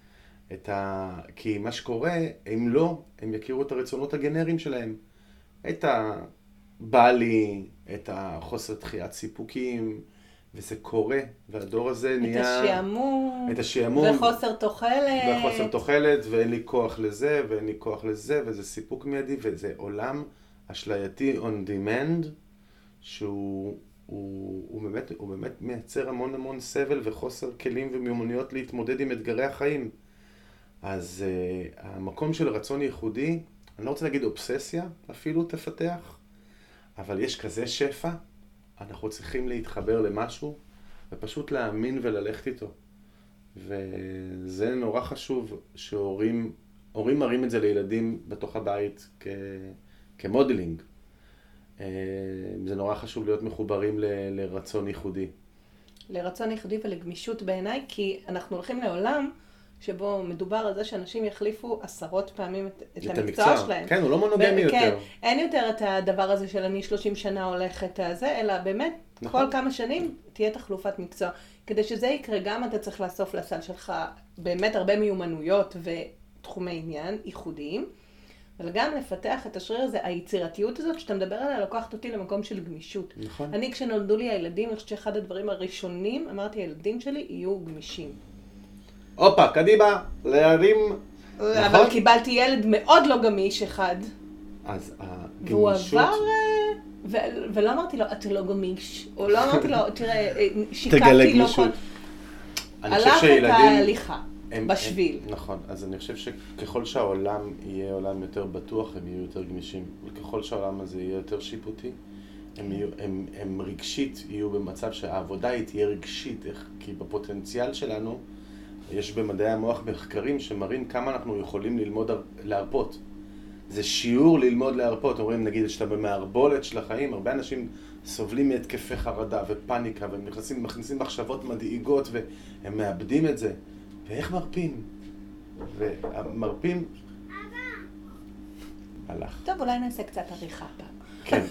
כי מה שקורה, אם לא, הם יכירו את הרצונות הגנריים שלהם. את הבעלי, את החוסר דחיית סיפוקים, וזה קורה, והדור הזה נהיה... את השעמום. וחוסר תוחלת. ואין לי כוח לזה, ואין לי כוח לזה, וזה סיפוק מיידי, וזה עולם אשלייתי on demand, שהוא באמת מייצר המון סבל וחוסר כלים ומיומנויות להתמודד עם אתגרי החיים. אז המקום של רצון ייחודי, אני לא רוצה להגיד אובססיה, אפילו תפתח, אבל יש כזה שפע, אנחנו צריכים להתחבר למשהו, ופשוט להאמין וללכת איתו. וזה נורא חשוב שהורים מראים את זה לילדים בתוך הבית כמודלינג. זה נורא חשוב להיות מחוברים לרצון ייחודי. לרצון ייחודי ולגמישות בעיניי, כי אנחנו הולכים לעולם שבו מדובר על זה שאנשים יחליפו 10 פעמים את המקצוע שלהם. כן, הוא לא מונוגמי יותר. כן, אין יותר את הדבר הזה של אני 30 שנה הולך את זה, אלא באמת כל כמה שנים תהיה תחלופת מקצוע. כדי שזה יקרה, גם אתה צריך לאסוף לסל שלך באמת הרבה מיומנויות ותחומי עניין ייחודיים, אבל גם לפתח את השריר הזה, היצירתיות הזאת שאתה מדבר עליה, לוקחת אותי למקום של גמישות. נכון. אני, כשנולדו לי הילדים, אני חושבת שאחד הדברים הראשונים, אמרתי, הילדים שלי יהיו גמישים. הופה, קדימה, להרים. אבל קיבלתי ילד מאוד לא גמיש אחד. אז הגמישות... והוא עבר... ולא אמרתי לו, אתה לא גמיש. או לא אמרתי לו, תראה, שיקפתי לו כל... הלך את ההליכה בשביל. נכון, אז אני חושב שככל שהעולם יהיה עולם יותר בטוח, הם יהיו יותר גמישים. וככל שהעולם הזה יהיה יותר שיפוטי, הם רגשית יהיו במצב שהעבודה היא תהיה רגשית, כי בפוטנציאל שלנו יש במדעי המוח מחקרים שמראים כמה אנחנו יכולים ללמוד להרפות. זה שיעור ללמוד להרפות. אומרים, נגיד, שאתה במערבולת של החיים, הרבה אנשים סובלים מהתקפי חרדה ופניקה, והם מכניסים מחשבות מדאיגות, והם מאבדים את זה. ואיך מרפים? ומרפים... הלך. טוב, אולי נעשה קצת עריכה פעם. כן,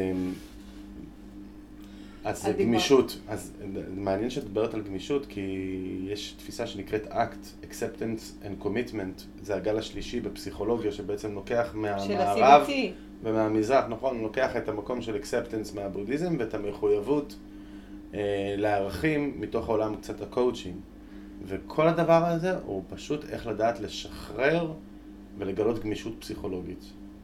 אז זה גמישות. אז מעניין שתדברת על גמישות, כי יש תפיסה שנקראת ACT, Acceptance and Commitment. זה הגל השלישי בפסיכולוגיה, שבעצם לוקח מהמערב ומהמזרח, נכון? הוא לוקח את המקום של Acceptance מהבודהיזם, ואת המחויבות לערכים מתוך העולם קצת הקואוצ'ינג. וכל הדבר הזה הוא פשוט איך לדעת לשחרר ולגלות גמישות פסיכולוגית.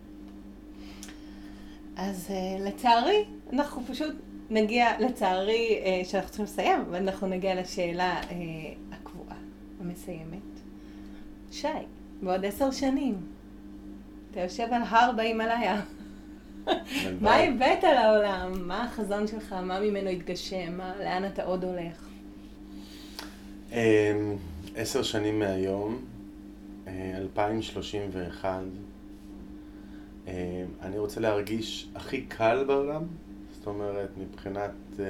אז לצערי, אנחנו פשוט נגיע, לצערי, שאנחנו צריכים לסיים, אבל אנחנו נגיע לשאלה הקבועה, המסיימת. שי, בעוד 10 שנים, אתה יושב על הר בהימאליה. מה הבאת לעולם? מה החזון שלך? מה ממנו התגשם? לאן אתה עוד הולך? 10 שנים מהיום, 2031, אני רוצה להרגיש הכי קל בעולם, זאת אומרת, מבחינת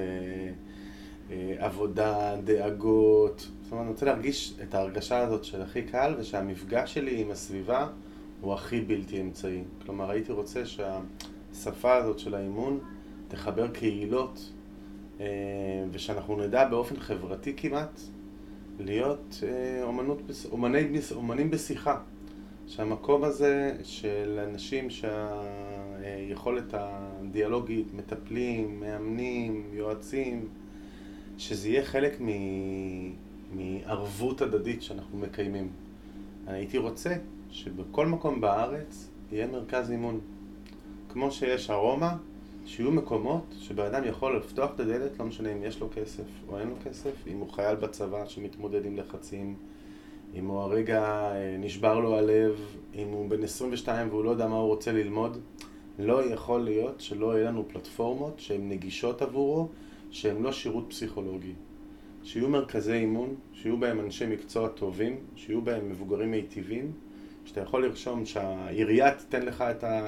עבודה, דאגות, זאת אומרת, אני רוצה להרגיש את ההרגשה הזאת של הכי קל, ושהמפגש שלי עם הסביבה הוא הכי בלתי אמצעי. כלומר, הייתי רוצה שהשפה הזאת של האימון תחבר קהילות, ושאנחנו נדע באופן חברתי כמעט, להיות אומנים בשיחה. שהמקום הזה של אנשים שהיכולת הדיאלוגית, מטפלים, מאמנים, יועצים, שזה יהיה חלק מערבות הדדית שאנחנו מקיימים. אני הייתי רוצה שבכל מקום בארץ יהיה מרכז אימון. כמו שיש ארומה, שיהיו מקומות שבאדם יכול לפתוח את הדלת, לא משנה אם יש לו כסף או אין לו כסף, אם הוא חייל בצבא שמתמודד עם לחצים, אם הוא הרגע נשבר לו הלב, אם הוא בן 22 והוא לא יודע מה הוא רוצה ללמוד, לא יכול להיות שלא יהיה לנו פלטפורמות שהן נגישות עבורו, שהן לא שירות פסיכולוגי. שיהיו מרכזי אימון, שיהיו בהם אנשי מקצוע טובים, שיהיו בהם מבוגרים מיטיבים, שאתה יכול לרשום שהעירייה תיתן לך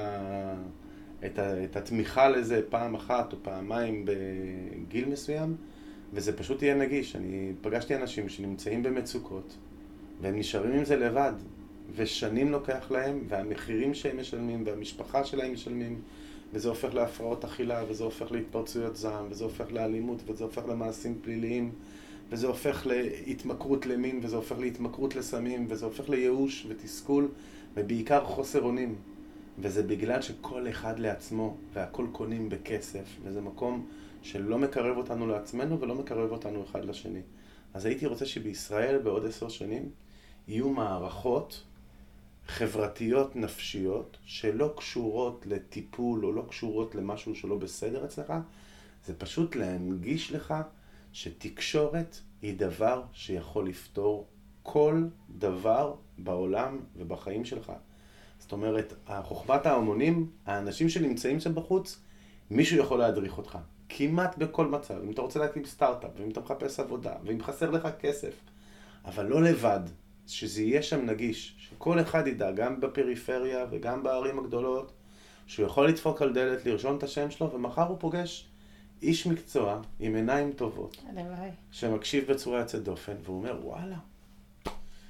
את התמיכה לזה פעם אחת או פעמיים בגיל מסוים, וזה פשוט יהיה נגיש. אני פגשתי אנשים שנמצאים במצוקות, והם נשארים עם זה לבד, ושנים לוקח להם, והמחירים שהם משלמים, והמשפחה שלהם משלמים, וזה הופך להפרעות אכילה, וזה הופך להתפרצויות זעם, וזה הופך לאלימות, וזה הופך למעשים פליליים, וזה הופך להתמכרות למין, וזה הופך להתמכרות לסמים, וזה הופך לייאוש ותסכול, ובעיקר חוסר אונים. וזה בגלל שכל אחד לעצמו, והכל קונים בכסף, וזה מקום שלא מקרב אותנו לעצמנו, ולא מקרב אותנו אחד לשני. אז הייתי רוצה שבישראל בעוד 10 שנים, יהיו מערכות חברתיות נפשיות שלא קשורות לטיפול או לא קשורות למשהו שלא בסדר אצלך, זה פשוט להנגיש לך שתקשורת היא דבר שיכול לפתור כל דבר בעולם ובחיים שלך. זאת אומרת, חוכמת ההמונים, האנשים שנמצאים שם בחוץ, מישהו יכול להדריך אותך. כמעט בכל מצב, אם אתה רוצה להקים סטארט-אפ, ואם אתה מחפש עבודה, ואם חסר לך כסף, אבל לא לבד, שזה יהיה שם נגיש, שכל אחד ידע, גם בפריפריה וגם בערים הגדולות, שהוא יכול לדפוק על דלת, לרשום את השם שלו, ומחר הוא פוגש איש מקצוע עם עיניים טובות, שמקשיב בצורה יוצאת דופן, והוא אומר, וואלה,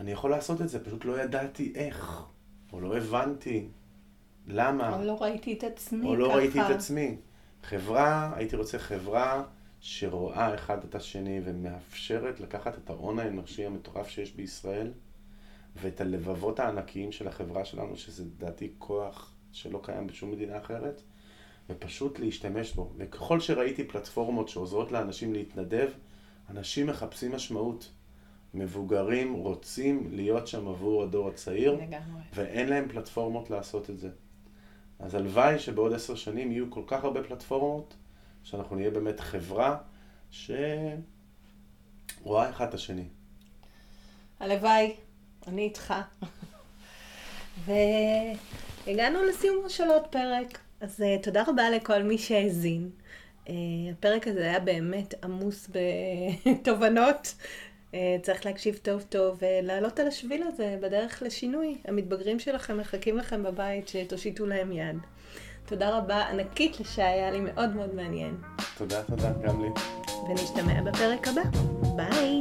אני יכול לעשות את זה, פשוט לא ידעתי איך, או לא הבנתי למה. או לא ראיתי את עצמי או לא ככה. ראיתי את עצמי. חברה, הייתי רוצה חברה שרואה אחד את השני ומאפשרת לקחת את ההון האנושי המטורף שיש בישראל ואת הלבבות הענקיים של החברה שלנו, שזה לדעתי כוח שלא קיים בשום מדינה אחרת, ופשוט להשתמש בו. וככל שראיתי פלטפורמות שעוזרות לאנשים להתנדב, אנשים מחפשים משמעות. מבוגרים רוצים להיות שם עבור הדור הצעיר, לגמרי. ואין להם פלטפורמות לעשות את זה. אז הלוואי שבעוד 10 שנים יהיו כל כך הרבה פלטפורמות, שאנחנו נהיה באמת חברה שרואה אחד את השני. הלוואי, אני איתך. והגענו לסיום של עוד פרק, אז תודה רבה לכל מי שהאזין. הפרק הזה היה באמת עמוס בתובנות. צריך להקשיב טוב טוב ולעלות על השביל הזה בדרך לשינוי. המתבגרים שלכם מחכים לכם בבית שתושיטו להם יד. תודה רבה ענקית לשי, היה לי מאוד מאוד מעניין. תודה, גם לי. ונשתמע בפרק הבא. ביי.